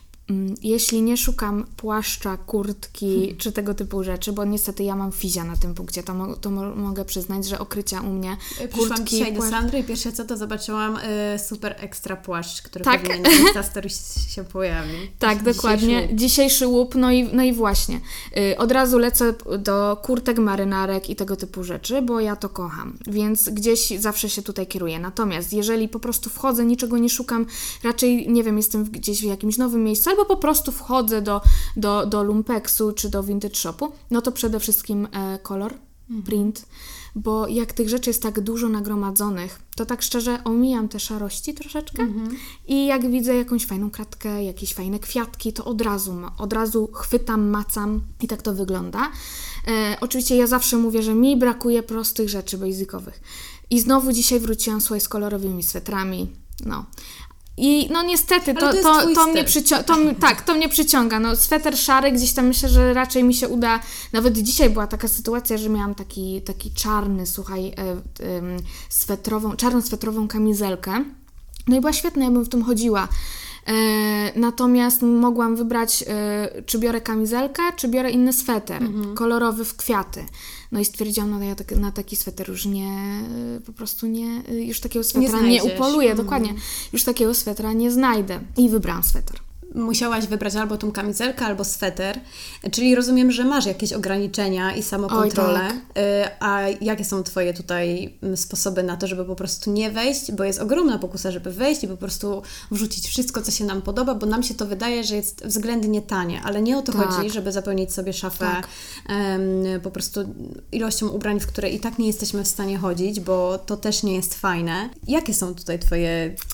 Jeśli nie szukam płaszcza, kurtki hmm. czy tego typu rzeczy, bo niestety ja mam fizia na tym punkcie, to, mo- to mo- mogę przyznać, że okrycia u mnie Przyszłam kurtki... dzisiaj do Sandry i pierwsze co to zobaczyłam y, super ekstra płaszcz, który tak. powinien na Insta Stories się pojawi. Tak, dokładnie. Dzisiejszy łup, Dzisiejszy łup no, i, no i właśnie. Y, od razu lecę do kurtek, marynarek i tego typu rzeczy, bo ja to kocham, więc gdzieś zawsze się tutaj kieruję. Natomiast jeżeli po prostu wchodzę, niczego nie szukam, raczej, nie wiem, jestem w, gdzieś w jakimś nowym miejscu, albo po prostu wchodzę do, do, do lumpeksu czy do vintage shopu, no to przede wszystkim e, kolor, mhm. print, bo jak tych rzeczy jest tak dużo nagromadzonych, to tak szczerze omijam te szarości troszeczkę mhm. i jak widzę jakąś fajną kratkę, jakieś fajne kwiatki, to od razu, od razu chwytam, macam i tak to wygląda. E, oczywiście ja zawsze mówię, że mi brakuje prostych rzeczy basicowych. I znowu dzisiaj wróciłam słuchaj, z kolorowymi swetrami, no. I no niestety, to, to, to, to mnie przyciąga, to, tak, to mnie przyciąga. No, sweter szary, gdzieś tam myślę, że raczej mi się uda. Nawet dzisiaj była taka sytuacja, że miałam taki, taki czarny, słuchaj, e, e, swetrową, czarną swetrową kamizelkę. No i była świetna, ja bym w tym chodziła. E, natomiast mogłam wybrać, e, czy biorę kamizelkę, czy biorę inny sweter, mhm. kolorowy w kwiaty. No i stwierdziłam, no ja tak, na taki sweter już nie, po prostu nie, już takiego swetra nie, nie upoluję, mhm. dokładnie, już takiego swetra nie znajdę. I wybrałam sweter. Musiałaś wybrać albo tą kamizelkę, albo sweter, czyli rozumiem, że masz jakieś ograniczenia i samokontrolę. Oj, tak. A jakie są Twoje tutaj sposoby na to, żeby po prostu nie wejść, bo jest ogromna pokusa, żeby wejść i po prostu wrzucić wszystko, co się nam podoba, bo nam się to wydaje, że jest względnie tanie, ale nie o to tak. chodzi, żeby zapełnić sobie szafę tak. um, po prostu ilością ubrań, w które i tak nie jesteśmy w stanie chodzić, bo to też nie jest fajne. Jakie są tutaj Twoje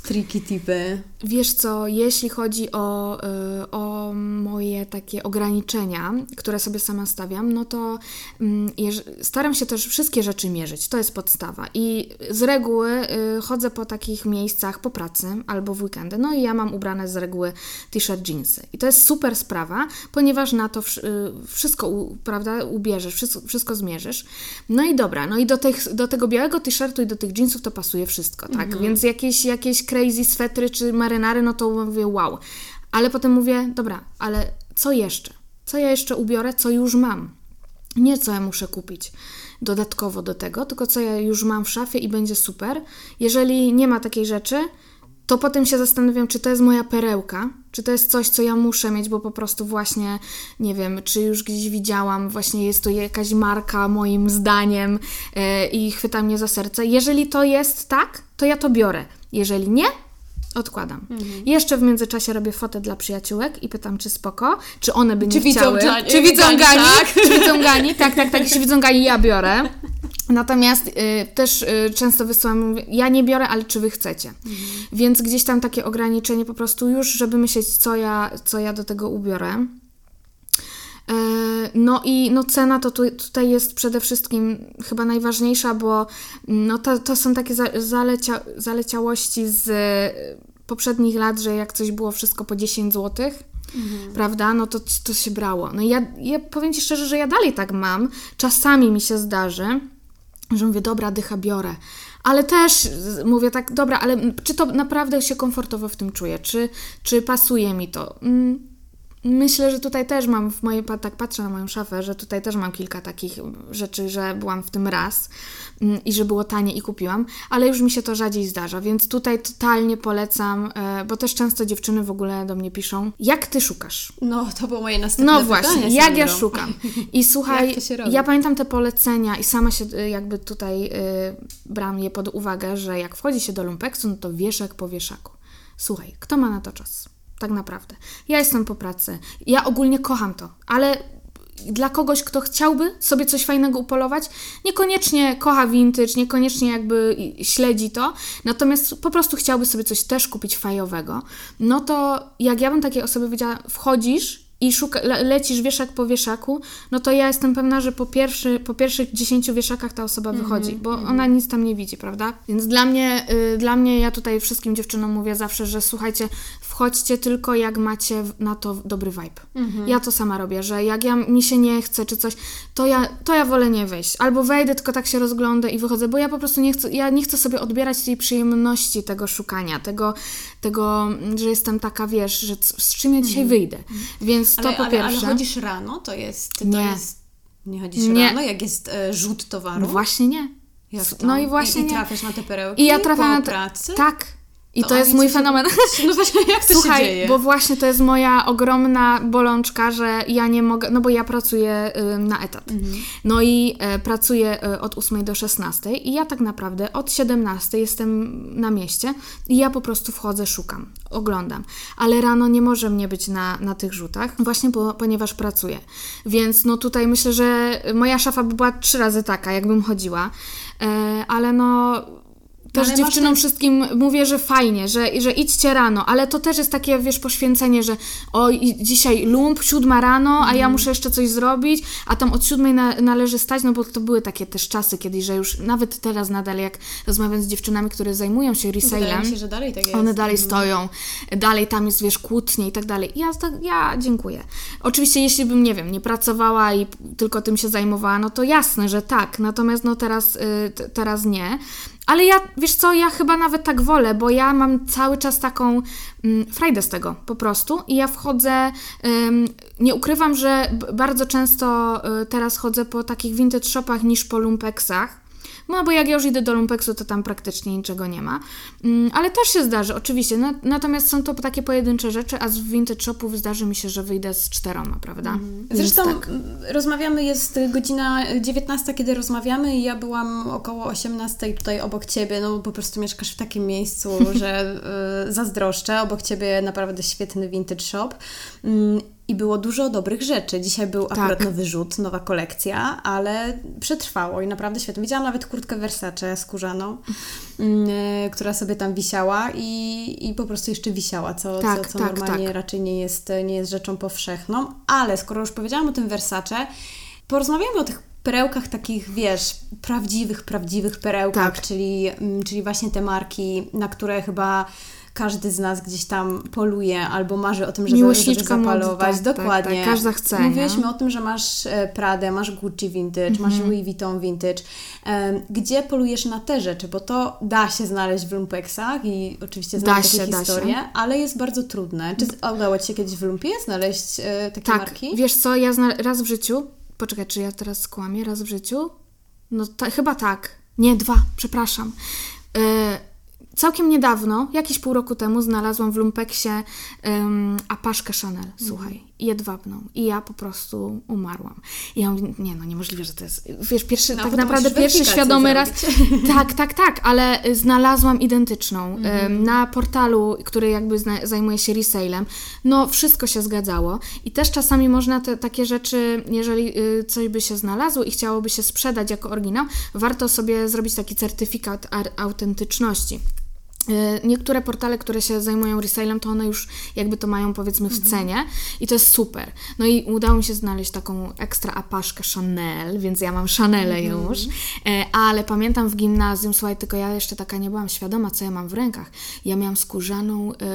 triki, tipy? Wiesz co, jeśli chodzi o, y, o moje takie ograniczenia, które sobie sama stawiam, no to y, jeż, staram się też wszystkie rzeczy mierzyć. To jest podstawa. I z reguły y, chodzę po takich miejscach po pracy albo w weekendy. No i ja mam ubrane z reguły t-shirt, jeansy. I to jest super sprawa, ponieważ na to y, wszystko, u, prawda, ubierzesz, wszystko, wszystko zmierzysz. No i dobra, no i do, tych, do tego białego t-shirtu i do tych jeansów to pasuje wszystko, tak? Mhm. Więc jakieś, jakieś crazy swetry czy marynary, no to mówię wow. Ale potem mówię, dobra, ale co jeszcze? Co ja jeszcze ubiorę, co już mam? Nie co ja muszę kupić dodatkowo do tego, tylko co ja już mam w szafie i będzie super. Jeżeli nie ma takiej rzeczy, to potem się zastanawiam, czy to jest moja perełka, czy to jest coś, co ja muszę mieć, bo po prostu właśnie, nie wiem, czy już gdzieś widziałam, właśnie jest to jakaś marka moim zdaniem yy, i chwyta mnie za serce. Jeżeli to jest tak, to ja to biorę. Jeżeli nie, odkładam. Mhm. Jeszcze w międzyczasie robię fotę dla przyjaciółek i pytam, czy spoko, czy one by nie czy chciały. Widzą Gani, czy widzą Gani, tak? Czy widzą Gani, tak, tak, tak, jeśli widzą Gani, ja biorę. Natomiast y, też y, często wysyłam, mówię, ja nie biorę, ale czy wy chcecie? Mhm. Więc gdzieś tam takie ograniczenie po prostu już, żeby myśleć, co ja, co ja do tego ubiorę. No i no cena to tu, tutaj jest przede wszystkim chyba najważniejsza, bo no to, to są takie za, zalecia, zaleciałości z poprzednich lat, że jak coś było wszystko po dziesięć złotych, mhm. prawda, no to, to się brało. No i ja, ja powiem Ci szczerze, że ja dalej tak mam. Czasami mi się zdarzy, że mówię, dobra, dycha biorę. Ale też mówię tak, dobra, ale czy to naprawdę się komfortowo w tym czuję? Czy, czy pasuje mi to? Mm. Myślę, że tutaj też mam, w mojej, tak patrzę na moją szafę, że tutaj też mam kilka takich rzeczy, że byłam w tym raz i że było tanie i kupiłam, ale już mi się to rzadziej zdarza, więc tutaj totalnie polecam, bo też często dziewczyny w ogóle do mnie piszą, jak ty szukasz? No, to było moje następne No pytanie, właśnie, Sandro. jak ja szukam? I słuchaj, jak to się robi? Ja pamiętam te polecenia i sama się jakby tutaj y, brałam je pod uwagę, że jak wchodzi się do lumpeksu, no to wieszak po wieszaku. Słuchaj, kto ma na to czas? Tak naprawdę. Ja jestem po pracy. Ja ogólnie kocham to, ale dla kogoś, kto chciałby sobie coś fajnego upolować, niekoniecznie kocha vintage, niekoniecznie jakby śledzi to, natomiast po prostu chciałby sobie coś też kupić fajowego, no to jak ja bym takiej osoby powiedziała, wchodzisz i szuka, le, lecisz wieszak po wieszaku, no to ja jestem pewna, że po, pierwszy, po pierwszych dziesięciu wieszakach ta osoba mm-hmm, wychodzi, bo mm-hmm. ona nic tam nie widzi, prawda? Więc dla mnie, y, dla mnie, ja tutaj wszystkim dziewczynom mówię zawsze, że słuchajcie, wchodźcie tylko jak macie na to dobry vibe. Mm-hmm. Ja to sama robię, że jak ja, mi się nie chce czy coś, to ja, to ja wolę nie wejść. Albo wejdę, tylko tak się rozglądę i wychodzę, bo ja po prostu nie chcę, ja nie chcę sobie odbierać tej przyjemności tego szukania, tego, tego że jestem taka, wiesz, że z czym ja dzisiaj mm-hmm. wyjdę. Więc ale, to po ale, pierwsze. ale chodzisz rano? To jest... To nie. Jest, nie chodzisz nie. rano, jak jest e, rzut towaru? No właśnie nie. No i właśnie I, nie. I trafiasz na te perełki I ja trafiam po na te... pracy? Tak. I to, to jest mój fenomen. Się... No właśnie, jak to Słuchaj, się dzieje? bo właśnie to jest moja ogromna bolączka, że ja nie mogę, no bo ja pracuję y, na etat. Mhm. No i y, pracuję y, od ósmej do szesnastej i ja tak naprawdę od siedemnastej jestem na mieście i ja po prostu wchodzę, szukam, oglądam. Ale rano nie może mnie być na, na tych rzutach, właśnie po, ponieważ pracuję. Więc no tutaj myślę, że moja szafa by była trzy razy taka, jakbym chodziła. Y, ale no... Też ale dziewczynom ten... wszystkim mówię, że fajnie, że, że idźcie rano, ale to też jest takie, wiesz, poświęcenie, że o, dzisiaj lump, siódma rano, a mm. ja muszę jeszcze coś zrobić, a tam od siódmej na, należy stać, no bo to były takie też czasy kiedyś, że już nawet teraz nadal, jak rozmawiam z dziewczynami, które zajmują się resale'em, wydaje mi się, że dalej tak jest. One dalej mm. stoją, dalej tam jest, wiesz, kłótnie i tak dalej. Ja, ja dziękuję. Oczywiście, jeśli bym, nie wiem, nie pracowała i tylko tym się zajmowała, no to jasne, że tak, natomiast no teraz, y, t- teraz nie. Ale ja, wiesz co, ja chyba nawet tak wolę, bo ja mam cały czas taką mm, frajdę z tego po prostu i ja wchodzę, ym, nie ukrywam, że b- bardzo często y, teraz chodzę po takich vintage shopach niż po lumpeksach. No bo jak ja już idę do lumpeksu, to tam praktycznie niczego nie ma. Mm, ale też się zdarzy, oczywiście. No, natomiast są to takie pojedyncze rzeczy, a z vintage shopów zdarzy mi się, że wyjdę z czteroma, prawda? Mhm. Zresztą tak. rozmawiamy, jest godzina dziewiętnasta, kiedy rozmawiamy i ja byłam około osiemnastej tutaj obok Ciebie, no po prostu mieszkasz w takim miejscu, że y, zazdroszczę. Obok Ciebie naprawdę świetny vintage shop. Y, I było dużo dobrych rzeczy. Dzisiaj był akurat Tak. nowy rzut, nowa kolekcja, ale przetrwało i naprawdę świetnie. Widziałam nawet kurtkę Versace skórzaną, yy, która sobie tam wisiała i, i po prostu jeszcze wisiała, co, Tak, co, co tak, normalnie tak. raczej nie jest, nie jest rzeczą powszechną. Ale skoro już powiedziałam o tym Versace, porozmawiamy o tych perełkach takich, wiesz, prawdziwych, prawdziwych perełkach, Tak. czyli, mm, czyli właśnie te marki, na które chyba każdy z nas gdzieś tam poluje albo marzy o tym, żeby, żeby Miłośniczka mody, zapalować. tak, Dokładnie. tak, tak. Każda chce, Mówiłyśmy nie? o tym, że masz e, Pradę, masz Gucci Vintage, Mhm. masz Louis Vuitton Vintage. E, gdzie polujesz na te rzeczy? Bo to da się znaleźć w lumpeksach i oczywiście znam Da takie się, da historie, się. ale jest bardzo trudne. Czy a udało Ci się kiedyś w lumpie znaleźć e, takie Tak, marki? wiesz co, ja zna- raz w życiu, poczekaj, czy ja teraz skłamię, raz w życiu? No ta, chyba tak. Nie, dwa, przepraszam. Yy, całkiem niedawno, jakieś pół roku temu, znalazłam w lumpeksie um, apaszkę Chanel, słuchaj, jedwabną. I ja po prostu umarłam. I ja mówię, nie no, niemożliwe, że to jest, wiesz, pierwszy, No, tak potem naprawdę musisz pierwszy weryfikację świadomy raz, zrobić. tak, tak, tak, ale y, znalazłam identyczną Mhm. ym, na portalu, który jakby zna- zajmuje się resale'em. No, wszystko się zgadzało. I też czasami można te takie rzeczy, jeżeli y, coś by się znalazło i chciałoby się sprzedać jako oryginał, warto sobie zrobić taki certyfikat ar- autentyczności. Y, Niektóre portale, które się zajmują resale'em, to one już jakby to mają powiedzmy w cenie i to jest super. No i udało mi się znaleźć taką ekstra apaszkę Chanel, więc ja mam Chanelę już, e, ale pamiętam w gimnazjum, słuchaj, tylko ja jeszcze taka nie byłam świadoma, co ja mam w rękach. Ja miałam skórzaną, y,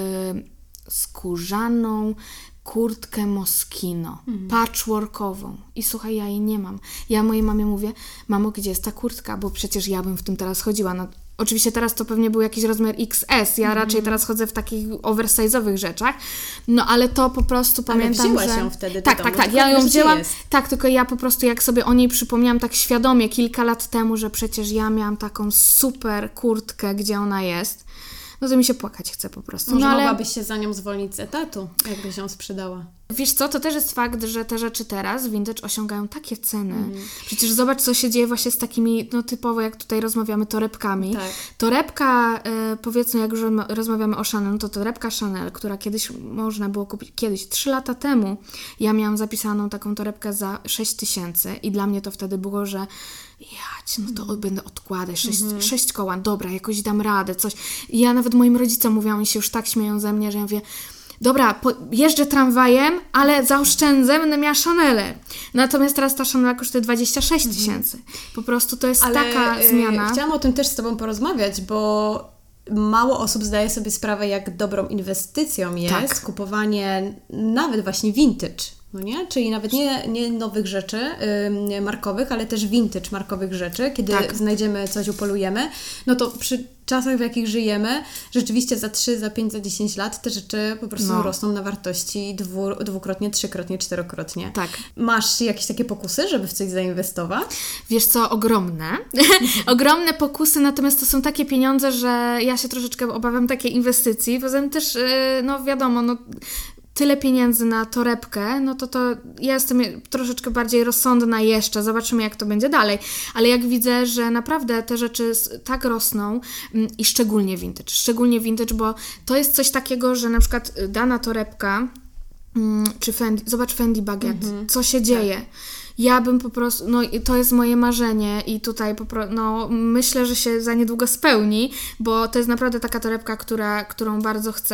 skórzaną kurtkę Moschino, patchworkową. I słuchaj, ja jej nie mam. Ja mojej mamie mówię, mamo, gdzie jest ta kurtka? Bo przecież ja bym w tym teraz chodziła. No, oczywiście teraz to pewnie był jakiś rozmiar X S. Ja raczej teraz chodzę w takich oversize'owych rzeczach. No ale to po prostu Ale pamiętam, wzięłaś że... ją wtedy do Tak, domu, tak, tak. tylko Ja ją wiesz, gdzie wzięłam. jest. Tak, tylko ja po prostu jak sobie o niej przypomniałam tak świadomie kilka lat temu, że przecież ja miałam taką super kurtkę, gdzie ona jest. No to mi się płakać chce po prostu. Może no, ale... mogłabyś się za nią zwolnić z etatu, jakbyś ją sprzedała. Wiesz co, to też jest fakt, że te rzeczy teraz, vintage, osiągają takie ceny. Mhm. Przecież zobacz, co się dzieje właśnie z takimi, no typowo jak tutaj rozmawiamy, torebkami. Tak. Torebka, e, powiedzmy, jak już rozma- rozmawiamy o Chanel, no to torebka Chanel, która kiedyś można było kupić, kiedyś, trzy lata temu, ja miałam zapisaną taką torebkę za sześć tysięcy i dla mnie to wtedy było, że jać, no to będę odkładać, sześć, Mhm. sześć koła, dobra, jakoś dam radę, coś. I ja nawet moim rodzicom mówiłam, oni się już tak śmieją ze mnie, że ja mówię, dobra, po, jeżdżę tramwajem, ale zaoszczędzę, będę miała Chanelę. Natomiast teraz ta Chanel kosztuje dwadzieścia sześć tysięcy. Po prostu to jest Ale taka y, zmiana. chciałam o tym też z Tobą porozmawiać, bo mało osób zdaje sobie sprawę, jak dobrą inwestycją jest Tak. kupowanie nawet właśnie vintage. No nie? Czyli nawet nie, nie nowych rzeczy ym, markowych, ale też vintage markowych rzeczy. Kiedy Tak. znajdziemy coś, upolujemy, no to przy czasach, w jakich żyjemy, rzeczywiście za trzy, za pięć, za dziesięć lat te rzeczy po prostu No. rosną na wartości dwu, dwukrotnie, trzykrotnie, czterokrotnie. Tak. Masz jakieś takie pokusy, żeby w coś zainwestować? Wiesz co, ogromne. Ogromne pokusy, natomiast to są takie pieniądze, że ja się troszeczkę obawiam takiej inwestycji. Poza tym też, yy, no wiadomo, no tyle pieniędzy na torebkę, no to to ja jestem troszeczkę bardziej rozsądna jeszcze, zobaczymy jak to będzie dalej, ale jak widzę, że naprawdę te rzeczy s- tak rosną mm, i szczególnie vintage, szczególnie vintage, bo to jest coś takiego, że na przykład y, dana torebka mm, czy Fendi, zobacz Fendi Baguette, co się dzieje. Ja bym po prostu, no i to jest moje marzenie i tutaj po prostu, no myślę, że się za niedługo spełni, bo to jest naprawdę taka torebka, która, którą bardzo chcę.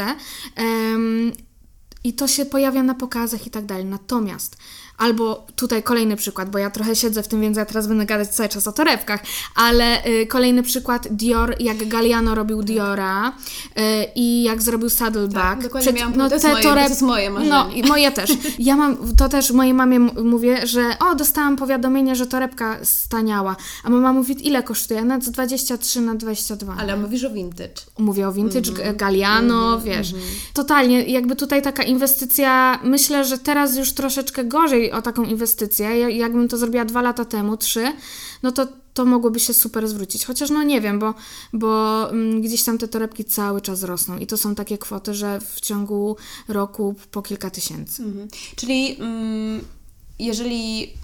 Em, I to się pojawia na pokazach i tak dalej. Natomiast, albo tutaj kolejny przykład, bo ja trochę siedzę w tym, więc ja teraz będę gadać cały czas o torebkach, ale y, kolejny przykład Dior, jak Galliano robił Diora y, i jak zrobił Saddleback. Tak, dokładnie miałam- to jest te moje- to jest moje marzenie. No i moje też. Ja mam, to też mojej mamie m- mówię, że o, dostałam powiadomienie, że torebka staniała, a mama mówi, ile kosztuje? Na dwadzieścia trzy na dwadzieścia dwa. Ale mówisz o vintage. Mówię o vintage, Mhm. mm-hmm. Galliano, mm-hmm. wiesz. Mm-hmm. Totalnie, jakby tutaj taka inwestycja, myślę, że teraz już troszeczkę gorzej o taką inwestycję. Ja- Jakbym to zrobiła dwa lata temu, trzy, no to to mogłoby się super zwrócić. Chociaż no nie wiem, bo, bo mm, gdzieś tam te torebki cały czas rosną i to są takie kwoty, że w ciągu roku po kilka tysięcy. Mhm. Czyli mm, jeżeli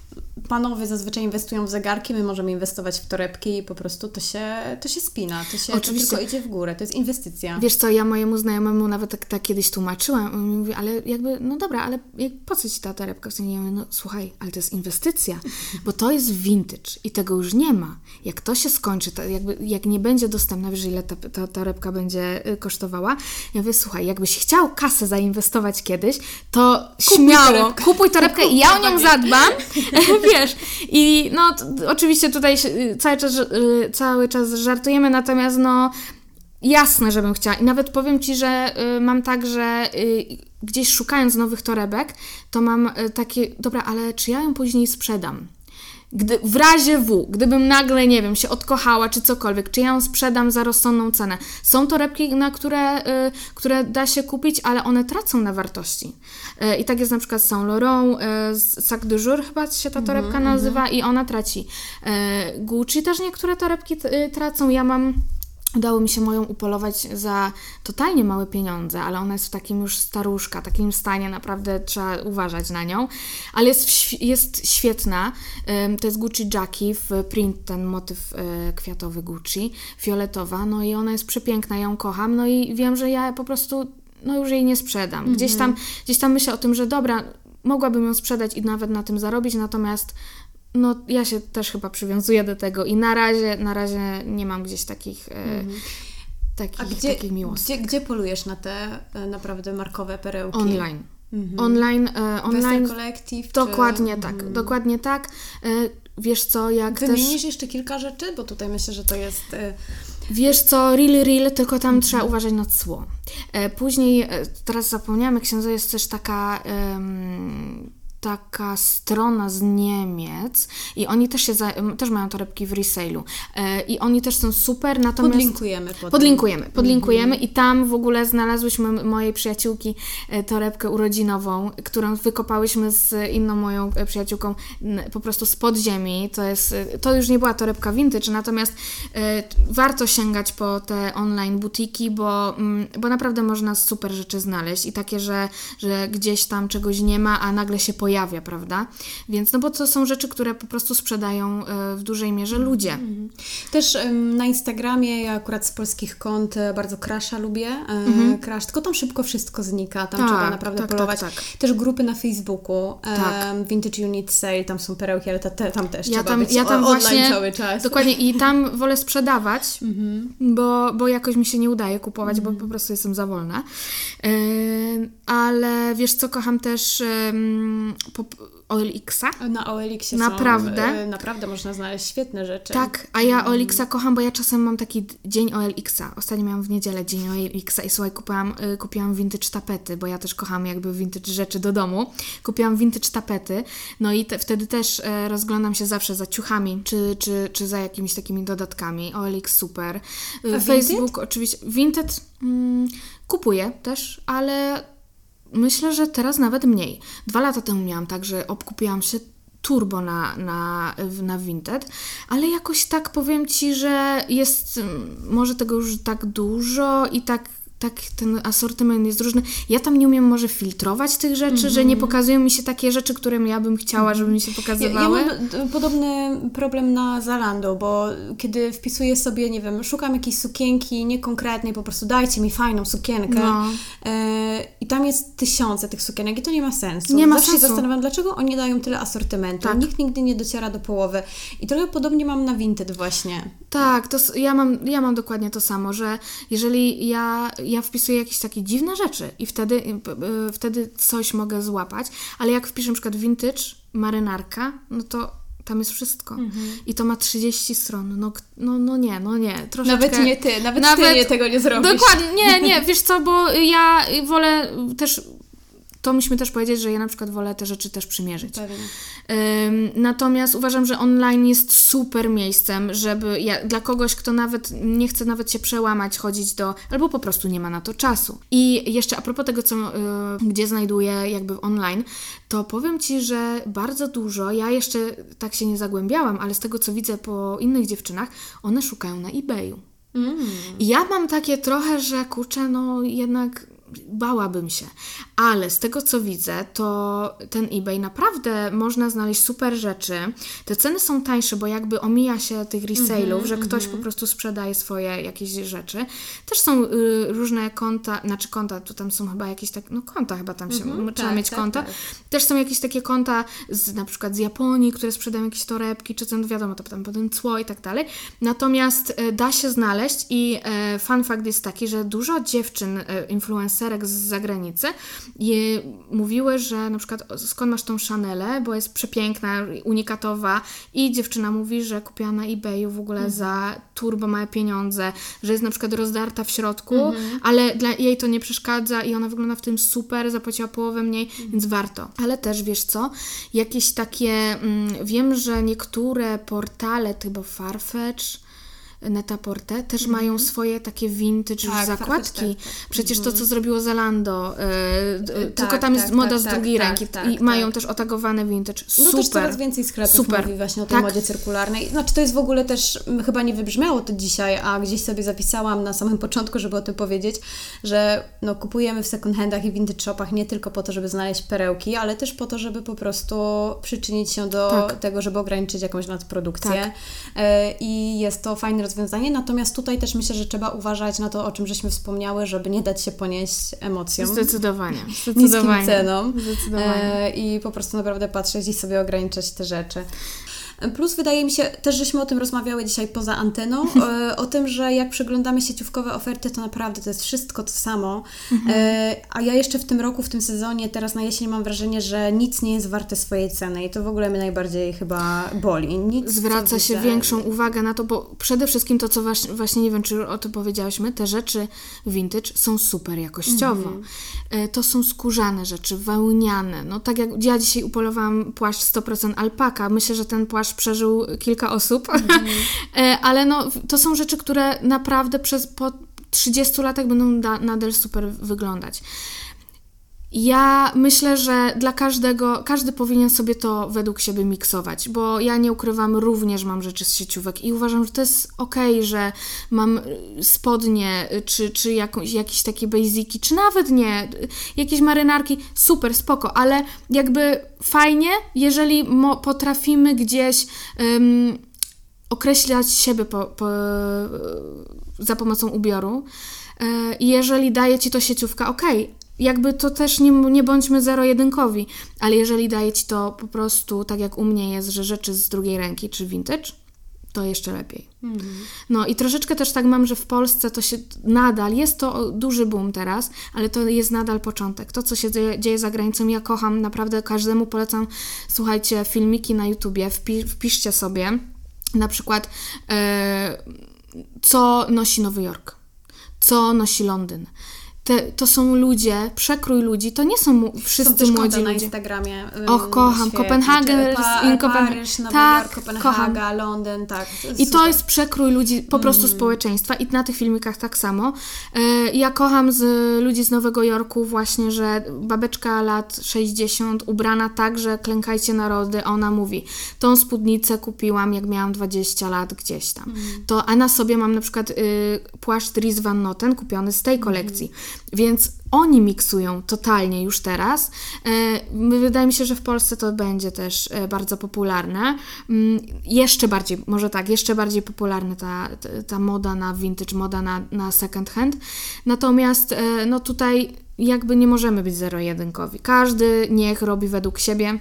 panowie zazwyczaj inwestują w zegarki, my możemy inwestować w torebki i po prostu to się, to się spina, to się Oczywiście. to tylko idzie w górę, to jest inwestycja. Wiesz co, ja mojemu znajomemu nawet tak, tak kiedyś tłumaczyłam, on mi mówi, ale jakby, no dobra, ale jak, po co ci ta torebka? W sensie, ja mówię, no słuchaj, ale to jest inwestycja, bo to jest vintage i tego już nie ma. Jak to się skończy, to jakby, jak nie będzie dostępna, wiesz ile ta, ta torebka będzie kosztowała, ja mówię, słuchaj, jakbyś chciał kasę zainwestować kiedyś, to kupuj śmiało, torebkę. kupuj torebkę i ja o nią zadbam, wiesz. I no, to, oczywiście tutaj cały czas, cały czas żartujemy, natomiast no, jasne, żebym chciała. I nawet powiem Ci, że y, mam tak, że y, gdzieś szukając nowych torebek, to mam y, takie, dobra, ale czy ja ją później sprzedam? Gdy, w razie W, gdybym nagle, nie wiem, się odkochała czy cokolwiek, czy ja ją sprzedam za rozsądną cenę. Są torebki, na które, y, które da się kupić, ale one tracą na wartości. Y, I tak jest na przykład z Saint Laurent, y, Sac de Jour chyba się ta torebka mm-hmm, nazywa i ona traci. Y, Gucci też niektóre torebki y, tracą. Ja mam... Udało mi się moją upolować za totalnie małe pieniądze, ale ona jest w takim już staruszka, takim stanie, naprawdę trzeba uważać na nią, ale jest, w, jest świetna. To jest Gucci Jackie w print, ten motyw kwiatowy Gucci, fioletowa, no i ona jest przepiękna, ja ją kocham, no i wiem, że ja po prostu no już jej nie sprzedam. Gdzieś tam, gdzieś tam myślę o tym, że dobra, mogłabym ją sprzedać i nawet na tym zarobić, natomiast no ja się też chyba przywiązuję do tego i na razie, na razie nie mam gdzieś takich, mm. e, takich, A gdzie, takich miłostek. Gdzie, gdzie polujesz na te e, naprawdę markowe perełki? Online. Mhm. Online. E, online Collective? Dokładnie czy... tak, mhm. dokładnie tak. E, wiesz co, jak Wymienisz też... jeszcze kilka rzeczy? Bo tutaj myślę, że to jest... E... Wiesz co, Real Real, tylko tam mhm. trzeba uważać na cło. E, później, e, teraz zapomniałam, jak się nazywa, jest też taka... Um, taka strona z Niemiec i oni też się za, też mają torebki w resale'u e, i oni też są super, natomiast... Podlinkujemy. Potem. Podlinkujemy, podlinkujemy mm-hmm. i tam w ogóle znalazłyśmy mojej przyjaciółki e, torebkę urodzinową, którą wykopałyśmy z inną moją przyjaciółką n, po prostu z podziemi. To jest, to już nie była torebka vintage, natomiast e, warto sięgać po te online butiki, bo, m, bo naprawdę można super rzeczy znaleźć i takie, że, że gdzieś tam czegoś nie ma, a nagle się pojawi pojawia, prawda? Więc no bo to są rzeczy, które po prostu sprzedają y, w dużej mierze ludzie. Mm. Też y, na Instagramie ja akurat z polskich kont y, bardzo Crasha lubię. Y, mm-hmm. Crash, tylko tam szybko wszystko znika. Tam tak, trzeba naprawdę tak, polować. Tak, tak. Też grupy na Facebooku. Tak. Y, Vintage Unit Sale, tam są perełki, ale ta, te, tam też ja trzeba tam, być ja tam online właśnie, cały czas. Dokładnie i tam wolę sprzedawać, mm-hmm. bo, bo jakoś mi się nie udaje kupować, mm-hmm. bo po prostu jestem za wolna. Y, ale wiesz co, kocham też y, O L X-a. Na O L X-ie naprawdę. Są, naprawdę można znaleźć świetne rzeczy. Tak, a ja O L X-a kocham, bo ja czasem mam taki dzień O L X-a. Ostatnio miałam w niedzielę dzień O L X-a i słuchaj, kupiłam, y, kupiłam vintage tapety, bo ja też kocham jakby vintage rzeczy do domu. Kupiłam vintage tapety, no i te, wtedy też y, rozglądam się zawsze za ciuchami, czy, czy, czy za jakimiś takimi dodatkami. O L X super. Y, Facebook vinted? Oczywiście. Vinted mm, kupuję też, ale... Myślę, że teraz nawet mniej. Dwa lata temu miałam tak, że obkupiłam się turbo na, na, na Vinted, ale jakoś tak powiem Ci, że jest może tego już tak dużo i tak, tak ten asortyment jest różny. Ja tam nie umiem może filtrować tych rzeczy, mm-hmm. że nie pokazują mi się takie rzeczy, które ja bym chciała, żeby mi się pokazywały. Ja, ja mam podobny problem na Zalando, bo kiedy wpisuję sobie, nie wiem, szukam jakiejś sukienki niekonkretnej, po prostu dajcie mi fajną sukienkę no. e, i tam jest tysiące tych sukienek i to nie ma sensu. Nie ma Zawsze sensu. się zastanawiam, dlaczego oni dają tyle asortymentu. Tak. Nikt nigdy nie dociera do połowy. I trochę podobnie mam na Vinted właśnie. Tak, to ja mam, ja mam dokładnie to samo, że jeżeli ja ja wpisuję jakieś takie dziwne rzeczy i wtedy, yy, wtedy coś mogę złapać, ale jak wpiszę na przykład vintage, marynarka, no to tam jest wszystko. Mhm. I to ma trzydzieści stron. No, no, no nie, no nie. Troszeczkę... Nawet nie ty, nawet, nawet ty nie tego nie zrobisz. Dokładnie, nie, nie, wiesz co, bo ja wolę też... To musimy też powiedzieć, że ja na przykład wolę te rzeczy też przymierzyć. Pewnie. Um, natomiast uważam, że online jest super miejscem, żeby ja, dla kogoś, kto nawet nie chce nawet się przełamać, chodzić do, albo po prostu nie ma na to czasu. I jeszcze a propos tego, co, y, gdzie znajduję jakby online, to powiem Ci, że bardzo dużo, ja jeszcze tak się nie zagłębiałam, ale z tego, co widzę po innych dziewczynach, one szukają na eBayu. Mm. I ja mam takie trochę, że kurczę, no jednak... bałabym się. Ale z tego, co widzę, to ten eBay naprawdę można znaleźć super rzeczy. Te ceny są tańsze, bo jakby omija się tych resale'ów, mm-hmm, że ktoś mm-hmm. po prostu sprzedaje swoje jakieś rzeczy. Też są y, różne konta, znaczy konta, to tam są chyba jakieś tak, no konta chyba tam się, mm-hmm, trzeba tak, mieć tak, konta. Tak. Też są jakieś takie konta z, na przykład z Japonii, które sprzedają jakieś torebki, czy co, no wiadomo, to tam potem cło i tak dalej. Natomiast y, da się znaleźć i y, fun fact jest taki, że dużo dziewczyn, y, influencerek z zagranicy je, mówiły, że na przykład skąd masz tą Chanelę, bo jest przepiękna, unikatowa i dziewczyna mówi, że kupiła na eBayu w ogóle mm. za turbo małe pieniądze, że jest na przykład rozdarta w środku, mm-hmm. ale dla jej to nie przeszkadza i ona wygląda w tym super, zapłaciła połowę mniej, mm. więc warto. Ale też wiesz co, jakieś takie, mm, wiem, że niektóre portale, chyba Farfetch, Net-a-Porter też mm. mają swoje takie vintage tak, zakładki. Tak, tak, tak. Przecież mm. to, co zrobiło Zalando, yy, tak, tylko tam jest tak, moda tak, z drugiej tak, ręki tak, i tak, mają tak. też otagowane vintage. Super. No też coraz więcej sklepów Super. mówi właśnie o tej tak. modzie cyrkularnej. Znaczy to jest w ogóle też, chyba nie wybrzmiało to dzisiaj, a gdzieś sobie zapisałam na samym początku, żeby o tym powiedzieć, że no, kupujemy w second handach i vintage shopach nie tylko po to, żeby znaleźć perełki, ale też po to, żeby po prostu przyczynić się do tak. tego, żeby ograniczyć jakąś nadprodukcję. Tak. Yy, I jest to fajne rozwiązanie. Natomiast tutaj też myślę, że trzeba uważać na to, o czym żeśmy wspomniały, żeby nie dać się ponieść emocjom. Zdecydowanie. Zdecydowanie. Niskim cenom. Zdecydowanie. E, I po prostu naprawdę patrzeć i sobie ograniczać te rzeczy. Plus wydaje mi się, też żeśmy o tym rozmawiały dzisiaj poza anteną, o, o tym, że jak przeglądamy sieciówkowe oferty, to naprawdę to jest wszystko to samo. Mhm. E, a ja jeszcze w tym roku, w tym sezonie, teraz na jesień mam wrażenie, że nic nie jest warte swojej ceny i to w ogóle mnie najbardziej chyba boli. Nic, Zwraca się widzę. większą uwagę na to, bo przede wszystkim to, co właśnie, właśnie nie wiem, czy o tym powiedziałyśmy, te rzeczy vintage są super jakościowo. Mhm. E, to są skórzane rzeczy, wełniane. No tak jak ja dzisiaj upolowałam płaszcz sto procent alpaka, myślę, że ten płaszcz przeżył kilka osób, mm. ale no, to są rzeczy, które naprawdę przez po trzydziestu latach będą da, nadal super wyglądać. Ja myślę, że dla każdego, każdy powinien sobie to według siebie miksować, bo ja nie ukrywam, również mam rzeczy z sieciówek i uważam, że to jest okej, okay, że mam spodnie, czy, czy jakąś, jakieś takie basiki, czy nawet nie, jakieś marynarki, super, spoko, ale jakby fajnie, jeżeli mo- potrafimy gdzieś um, określać siebie po, po, za pomocą ubioru i jeżeli daje Ci to sieciówka, okej, okay, jakby to też nie, nie bądźmy zero-jedynkowi, ale jeżeli daje Ci to po prostu, tak jak u mnie jest, że rzeczy z drugiej ręki, czy vintage, to jeszcze lepiej. Mhm. No i troszeczkę też tak mam, że w Polsce to się nadal, jest to duży boom teraz, ale to jest nadal początek. To, co się dzieje, dzieje za granicą, ja kocham, naprawdę każdemu polecam, słuchajcie, filmiki na YouTubie, wpi- wpiszcie sobie na przykład e, co nosi Nowy Jork, co nosi Londyn. Te, to są ludzie, przekrój ludzi, to nie są mu, wszyscy są młodzi na ludzie. Instagramie. Um, Och, kocham, Kopenhagen, pa, in Kopen... Paryż, Nowy tak, Jork, Kopenhaga, Londyn, tak. I super. To jest przekrój ludzi, po prostu mm. społeczeństwa i na tych filmikach tak samo. E, ja kocham z ludzi z Nowego Jorku właśnie, że babeczka lat sześćdziesiąt, ubrana tak, że klękajcie narody, ona mówi, tą spódnicę kupiłam jak miałam dwadzieścia lat gdzieś tam. Mm. To, a na sobie mam na przykład y, płaszcz Dries Van Noten kupiony z tej kolekcji. Mm. Więc oni miksują totalnie już teraz. E, wydaje mi się, że w Polsce to będzie też e, bardzo popularne. Mm, jeszcze bardziej, może tak, jeszcze bardziej popularna ta, ta, ta moda na vintage, moda na, na second hand. Natomiast e, no tutaj jakby nie możemy być zero-jedynkowi. Każdy niech robi według siebie.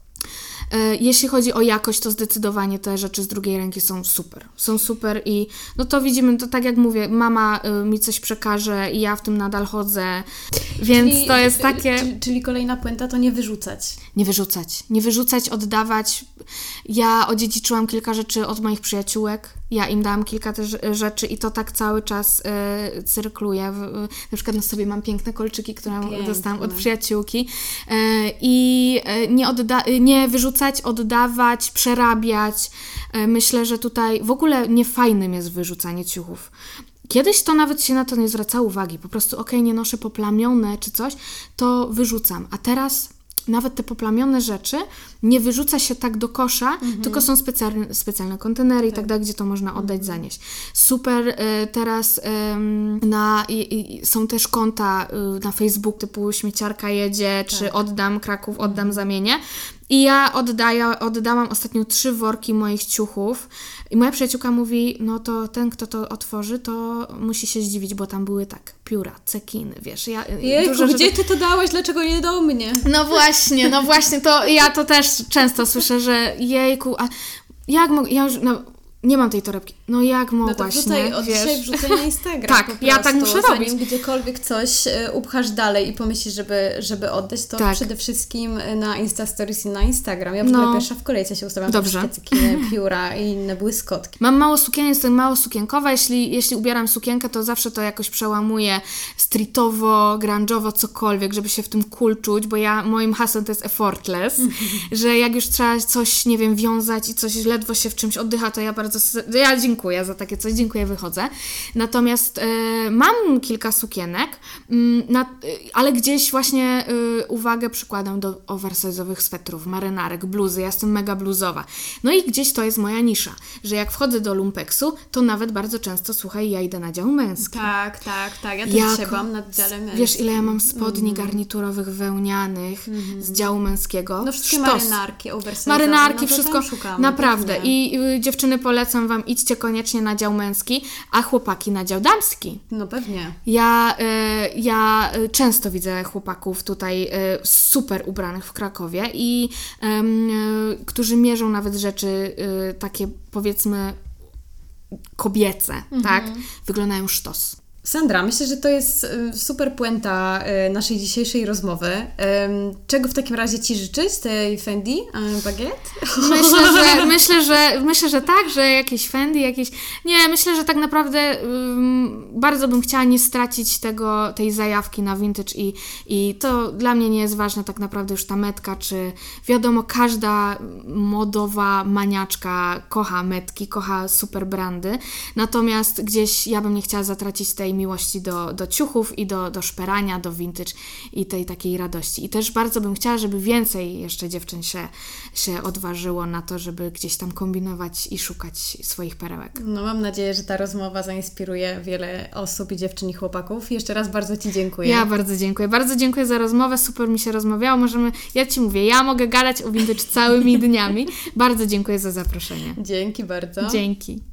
Jeśli chodzi o jakość, to zdecydowanie te rzeczy z drugiej ręki są super. Są super i no to widzimy, to tak jak mówię, mama y, mi coś przekaże i ja w tym nadal chodzę, więc czyli, to jest takie... Czyli, czyli kolejna puenta to nie wyrzucać. Nie wyrzucać. Nie wyrzucać, oddawać. Ja odziedziczyłam kilka rzeczy od moich przyjaciółek. Ja im dałam kilka też rzeczy i to tak cały czas y, cyrkluje. W, y, na przykład na sobie mam piękne kolczyki, które Piękne. dostałam od przyjaciółki. Y, I y, nie, odda- y, nie wyrzucać, oddawać, przerabiać. Y, myślę, że tutaj w ogóle niefajnym jest wyrzucanie ciuchów. Kiedyś to nawet się na to nie zwracało uwagi. Po prostu okej, okay, nie noszę poplamione czy coś, to wyrzucam. A teraz nawet te poplamione rzeczy nie wyrzuca się tak do kosza, mhm. tylko są specjalne, specjalne kontenery tak. i tak dalej, gdzie to można oddać, mhm. zanieść. Super, y, teraz y, na, y, y, są też konta y, na Facebooku typu śmieciarka jedzie, tak. czy oddam Kraków, oddam, mhm. zamienię. I ja oddaję, oddałam ostatnio trzy worki moich ciuchów i moja przyjaciółka mówi, no to ten, kto to otworzy, to musi się zdziwić, bo tam były tak, pióra, cekiny, wiesz. Ja, Jejku, dużo, gdzie ty to dałaś? Dlaczego nie do mnie? No właśnie, no właśnie, to ja to też często słyszę, że jejku, a jak mogę, ja już, no, nie mam tej torebki. No jak mogłaś, no to wrzucaj, nie? od Wiesz? dzisiaj wrzucaj na Instagram. Tak, ja tak muszę zanim robić. gdziekolwiek coś upchasz dalej i pomyślisz, żeby, żeby oddać, to tak. przede wszystkim na Insta Stories i na Instagram. Ja w ogóle no. pierwsza w kolejce się ustawiam. Dobrze. Cekiny, pióra i inne błyskotki. Mam mało sukienek, jestem mało sukienkowa. Jeśli, jeśli ubieram sukienkę, to zawsze to jakoś przełamuję streetowo, grunge'owo, cokolwiek, żeby się w tym cool czuć, bo ja, moim hasłem to jest effortless, że jak już trzeba coś, nie wiem, wiązać i coś ledwo się w czymś oddycha, to ja bardzo, ja dziękuję za takie coś, dziękuję, wychodzę. Natomiast y, mam kilka sukienek, y, na, y, ale gdzieś właśnie y, uwagę przykładam do oversize'owych swetrów, marynarek, bluzy, ja jestem mega bluzowa. No i gdzieś to jest moja nisza, że jak wchodzę do lumpeksu, to nawet bardzo często, słuchaj, ja idę na dział męski. Tak, tak, tak, ja też jako, się bam na dziale męskim. Wiesz, ile ja mam spodni mm. garniturowych, wełnianych, mm. z działu męskiego. No wszystkie Sztos. marynarki, oversize'owe. Marynarki, no wszystko, szukamy, naprawdę. pewnie. I y, dziewczyny, polecam Wam, idźcie koniecznie na dział męski, a chłopaki na dział damski. No pewnie. Ja, y, ja często widzę chłopaków tutaj y, super ubranych w Krakowie i y, y, którzy mierzą nawet rzeczy y, takie, powiedzmy, kobiece, mhm. tak? Wyglądają sztos. Sandra, myślę, że to jest super puenta naszej dzisiejszej rozmowy. Czego w takim razie Ci życzyć, tej Fendi Baguette? Myślę, że, myślę, że, myślę, że tak, że jakieś Fendi, jakieś... Nie, myślę, że tak naprawdę um, bardzo bym chciała nie stracić tego, tej zajawki na vintage i, i to dla mnie nie jest ważne tak naprawdę już ta metka, czy wiadomo, każda modowa maniaczka kocha metki, kocha super brandy, natomiast gdzieś ja bym nie chciała zatracić tej miłości do, do ciuchów i do, do szperania, do vintage i tej takiej radości. I też bardzo bym chciała, żeby więcej jeszcze dziewczyn się, się odważyło na to, żeby gdzieś tam kombinować i szukać swoich perełek. No mam nadzieję, że ta rozmowa zainspiruje wiele osób i dziewczyn i chłopaków. Jeszcze raz bardzo Ci dziękuję. Ja bardzo dziękuję. Bardzo dziękuję za rozmowę. Super mi się rozmawiało. Możemy, ja Ci mówię, ja mogę gadać o vintage całymi dniami. Bardzo dziękuję za zaproszenie. Dzięki bardzo. Dzięki.